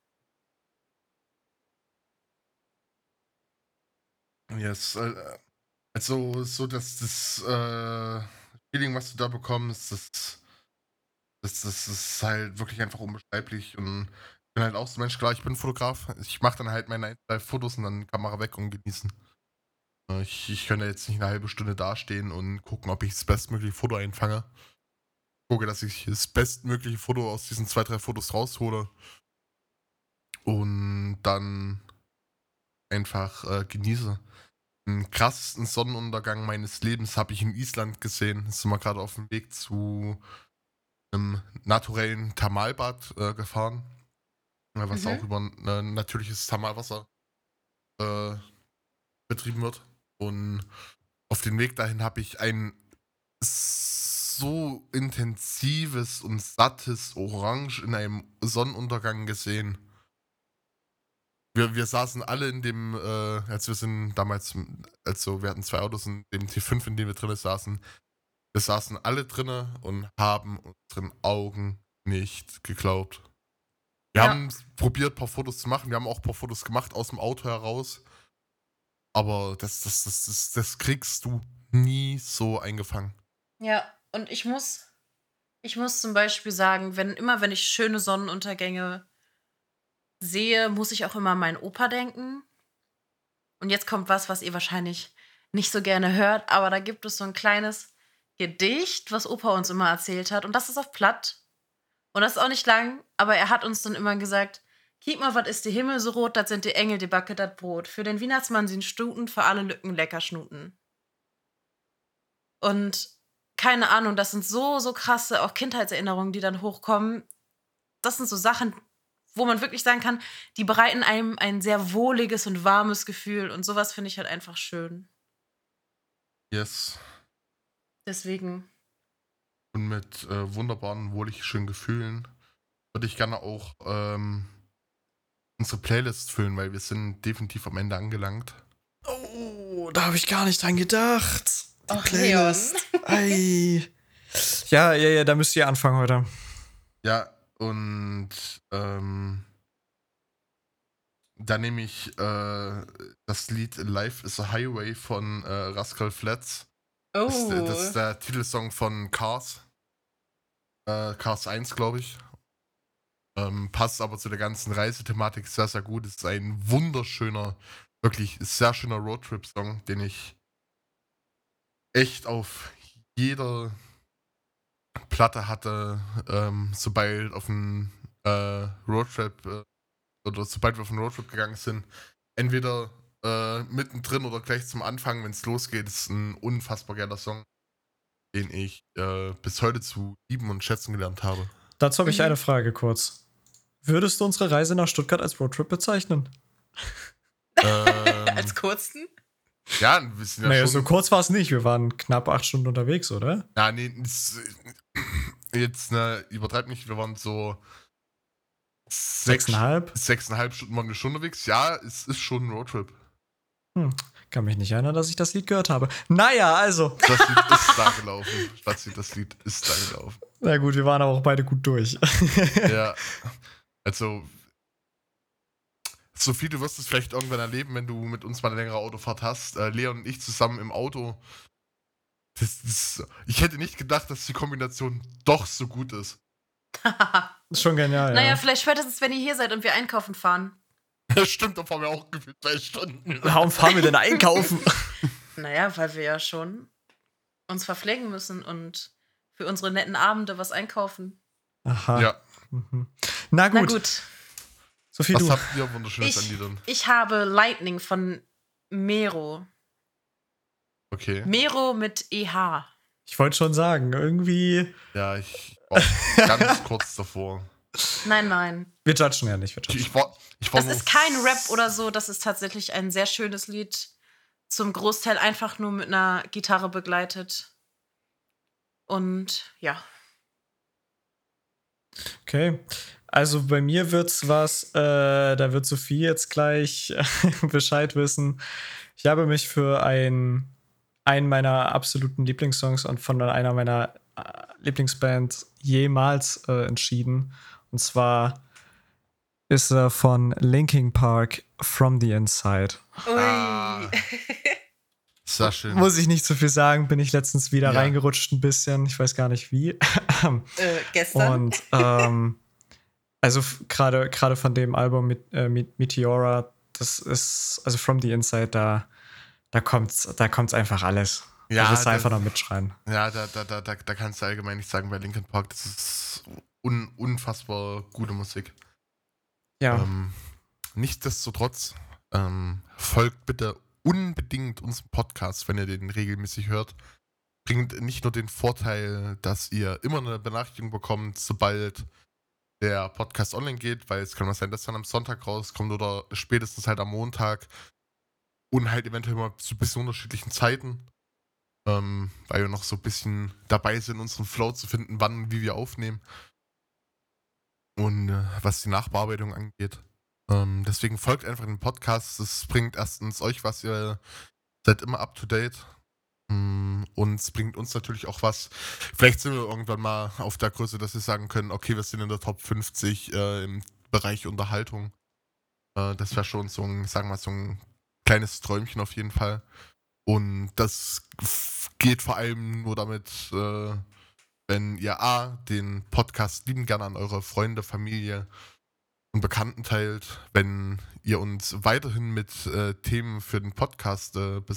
Yes. Also, so dass das Feeling, was du da bekommst, das ist halt wirklich einfach unbeschreiblich. Und ich bin halt auch so ein Mensch, klar, ich bin Fotograf. Ich mache dann halt meine 1, 2 Fotos und dann Kamera weg und genießen. Ich könnte jetzt nicht eine halbe Stunde dastehen und gucken, ob ich das bestmögliche Foto einfange. Gucke, dass ich das bestmögliche Foto aus diesen 2, 3 Fotos raushole und dann einfach genieße. Den krassesten Sonnenuntergang meines Lebens habe ich in Island gesehen. Sind wir gerade auf dem Weg zu einem naturellen Thermalbad gefahren, was auch über ein natürliches Thermalwasser äh, betrieben wird. Und auf dem Weg dahin habe ich ein so intensives und sattes Orange in einem Sonnenuntergang gesehen. Wir saßen alle in dem, wir sind damals, also wir hatten 2 Autos in dem T5, in dem wir drin saßen. Wir saßen alle drinne und haben unseren Augen nicht geglaubt. Wir Ja. haben probiert, ein paar Fotos zu machen. Wir haben auch ein paar Fotos gemacht aus dem Auto heraus. Aber das kriegst du nie so eingefangen. Ja, und ich muss zum Beispiel sagen, wenn ich schöne Sonnenuntergänge sehe, muss ich auch immer an meinen Opa denken. Und jetzt kommt was ihr wahrscheinlich nicht so gerne hört, aber da gibt es so ein kleines Gedicht, was Opa uns immer erzählt hat. Und das ist auf Platt. Und das ist auch nicht lang, aber er hat uns dann immer gesagt: Kiek mal, wat ist die Himmel so rot, dat sind die Engel, die backe dat Brot. Für den Weihnachtsmann sind Stuten, für alle Lücken lecker Schnuten. Und keine Ahnung, das sind so krasse auch Kindheitserinnerungen, die dann hochkommen. Das sind so Sachen, wo man wirklich sagen kann, die bereiten einem ein sehr wohliges und warmes Gefühl. Und sowas finde ich halt einfach schön. Yes. Deswegen. Und mit wunderbaren, wohlig schönen Gefühlen würde ich gerne auch unsere Playlist füllen, weil wir sind definitiv am Ende angelangt. Oh, da habe ich gar nicht dran gedacht. Die Och, Playlist. Ei. Ja, da müsst ihr anfangen heute. Ja, und da nehme ich das Lied Life is a Highway von Rascal Flatts. Das ist der Titelsong von Cars. Cars 1, glaube ich. Passt aber zu der ganzen Reisethematik sehr, sehr gut. Es ist ein wunderschöner, wirklich sehr schöner Roadtrip-Song, den ich echt auf jeder Platte hatte, sobald auf einen Roadtrip oder sobald wir auf einen Roadtrip gegangen sind. Entweder mittendrin oder gleich zum Anfang, wenn es losgeht. Ist ein unfassbar geiler Song, den ich bis heute zu lieben und schätzen gelernt habe. Dazu habe ich eine Frage kurz. Würdest du unsere Reise nach Stuttgart als Roadtrip bezeichnen? Als kurzen? Ja, ein bisschen. Naja, so kurz war es nicht. Wir waren knapp 8 Stunden unterwegs, oder? Ja, nee, jetzt übertreib nicht, wir waren so 6,5 Stunden waren wir schon unterwegs. Ja, es ist schon ein Roadtrip. Kann mich nicht erinnern, dass ich das Lied gehört habe. Naja, also. Das Lied ist da gelaufen. Spazi, das Lied ist da gelaufen. Na gut, wir waren aber auch beide gut durch. Ja, also Sophie, du wirst es vielleicht irgendwann erleben, wenn du mit uns mal eine längere Autofahrt hast. Leon und ich zusammen im Auto. Ich hätte nicht gedacht, dass die Kombination doch so gut ist. Schon genial, Naja, ja. vielleicht spätestens, wenn ihr hier seid und wir einkaufen fahren. Stimmt, da fahren wir auch gefühlt 2 Stunden. Warum fahren wir denn einkaufen? Naja, weil wir ja schon uns verpflegen müssen und für unsere netten Abende was einkaufen. Aha. Ja. Mhm. Na gut. Sophie, Was du. habt ihr wunderschönes an Liedern? Ich habe Lightning von Mero. Okay. Mero mit EH. Ich wollte schon sagen, irgendwie. Ja, ich war ganz kurz davor. Nein. Wir judgen ja nicht. Ich war Das nur ist kein Rap oder so, das ist tatsächlich ein sehr schönes Lied. Zum Großteil einfach nur mit einer Gitarre begleitet. Und ja. Okay. Also bei mir wird's was, da wird Sophie jetzt gleich Bescheid wissen. Ich habe mich für einen meiner absoluten Lieblingssongs und von einer meiner Lieblingsbands jemals entschieden. Und zwar ist er von Linkin Park, From the Inside. Ui. Sehr schön. Muss ich nicht so viel sagen, bin ich letztens wieder Ja. reingerutscht ein bisschen. Ich weiß gar nicht wie. Gestern. Und also gerade von dem Album mit Meteora, das ist, also From the Inside, da kommt's einfach alles. Ja, da wirst du das- einfach noch mitschreien. Ja, da kannst du allgemein nicht sagen, bei Linkin Park, das ist unfassbar gute Musik. Ja. Nichtsdestotrotz, folgt bitte unbedingt unserem Podcast, wenn ihr den regelmäßig hört. Bringt nicht nur den Vorteil, dass ihr immer eine Benachrichtigung bekommt, sobald der Podcast online geht, weil es kann mal sein, dass dann am Sonntag rauskommt oder spätestens halt am Montag und halt eventuell mal zu ein bisschen unterschiedlichen Zeiten, weil wir noch so ein bisschen dabei sind, unseren Flow zu finden, wann und wie wir aufnehmen und was die Nachbearbeitung angeht. Deswegen folgt einfach dem Podcast. Das bringt erstens euch was, ihr seid immer up to date. Und es bringt uns natürlich auch was. Vielleicht sind wir irgendwann mal auf der Größe, dass wir sagen können, okay, wir sind in der Top 50 im Bereich Unterhaltung. Das wäre schon so ein, sagen wir mal, so ein kleines Träumchen auf jeden Fall. Und das geht vor allem nur damit, wenn ihr den Podcast lieben gerne an eure Freunde, Familie und Bekannten teilt, wenn ihr uns weiterhin mit Themen für den Podcast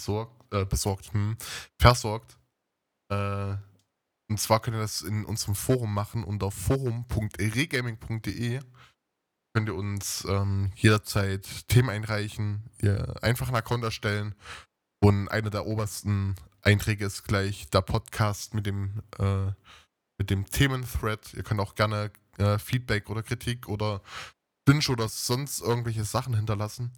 versorgt. Und zwar könnt ihr das in unserem Forum machen unter forum.regaming.de. Könnt ihr uns jederzeit Themen einreichen, ihr einfach einen Account erstellen und einer der obersten Einträge ist gleich der Podcast mit dem Thementhread. Ihr könnt auch gerne Feedback oder Kritik oder Wünsche oder sonst irgendwelche Sachen hinterlassen.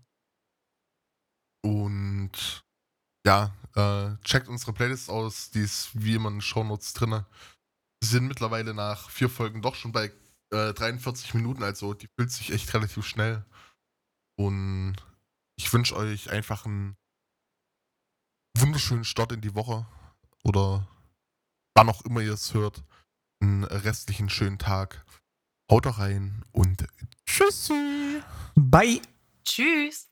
Und ja, checkt unsere Playlist aus, die ist wie immer in den Shownotes drin. Wir sind mittlerweile nach 4 Folgen doch schon bei 43 Minuten, also die fühlt sich echt relativ schnell. Und ich wünsche euch einfach einen wunderschönen Start in die Woche oder wann auch immer ihr es hört. Einen restlichen schönen Tag. Haut rein und tschüssi! Bye! Tschüss.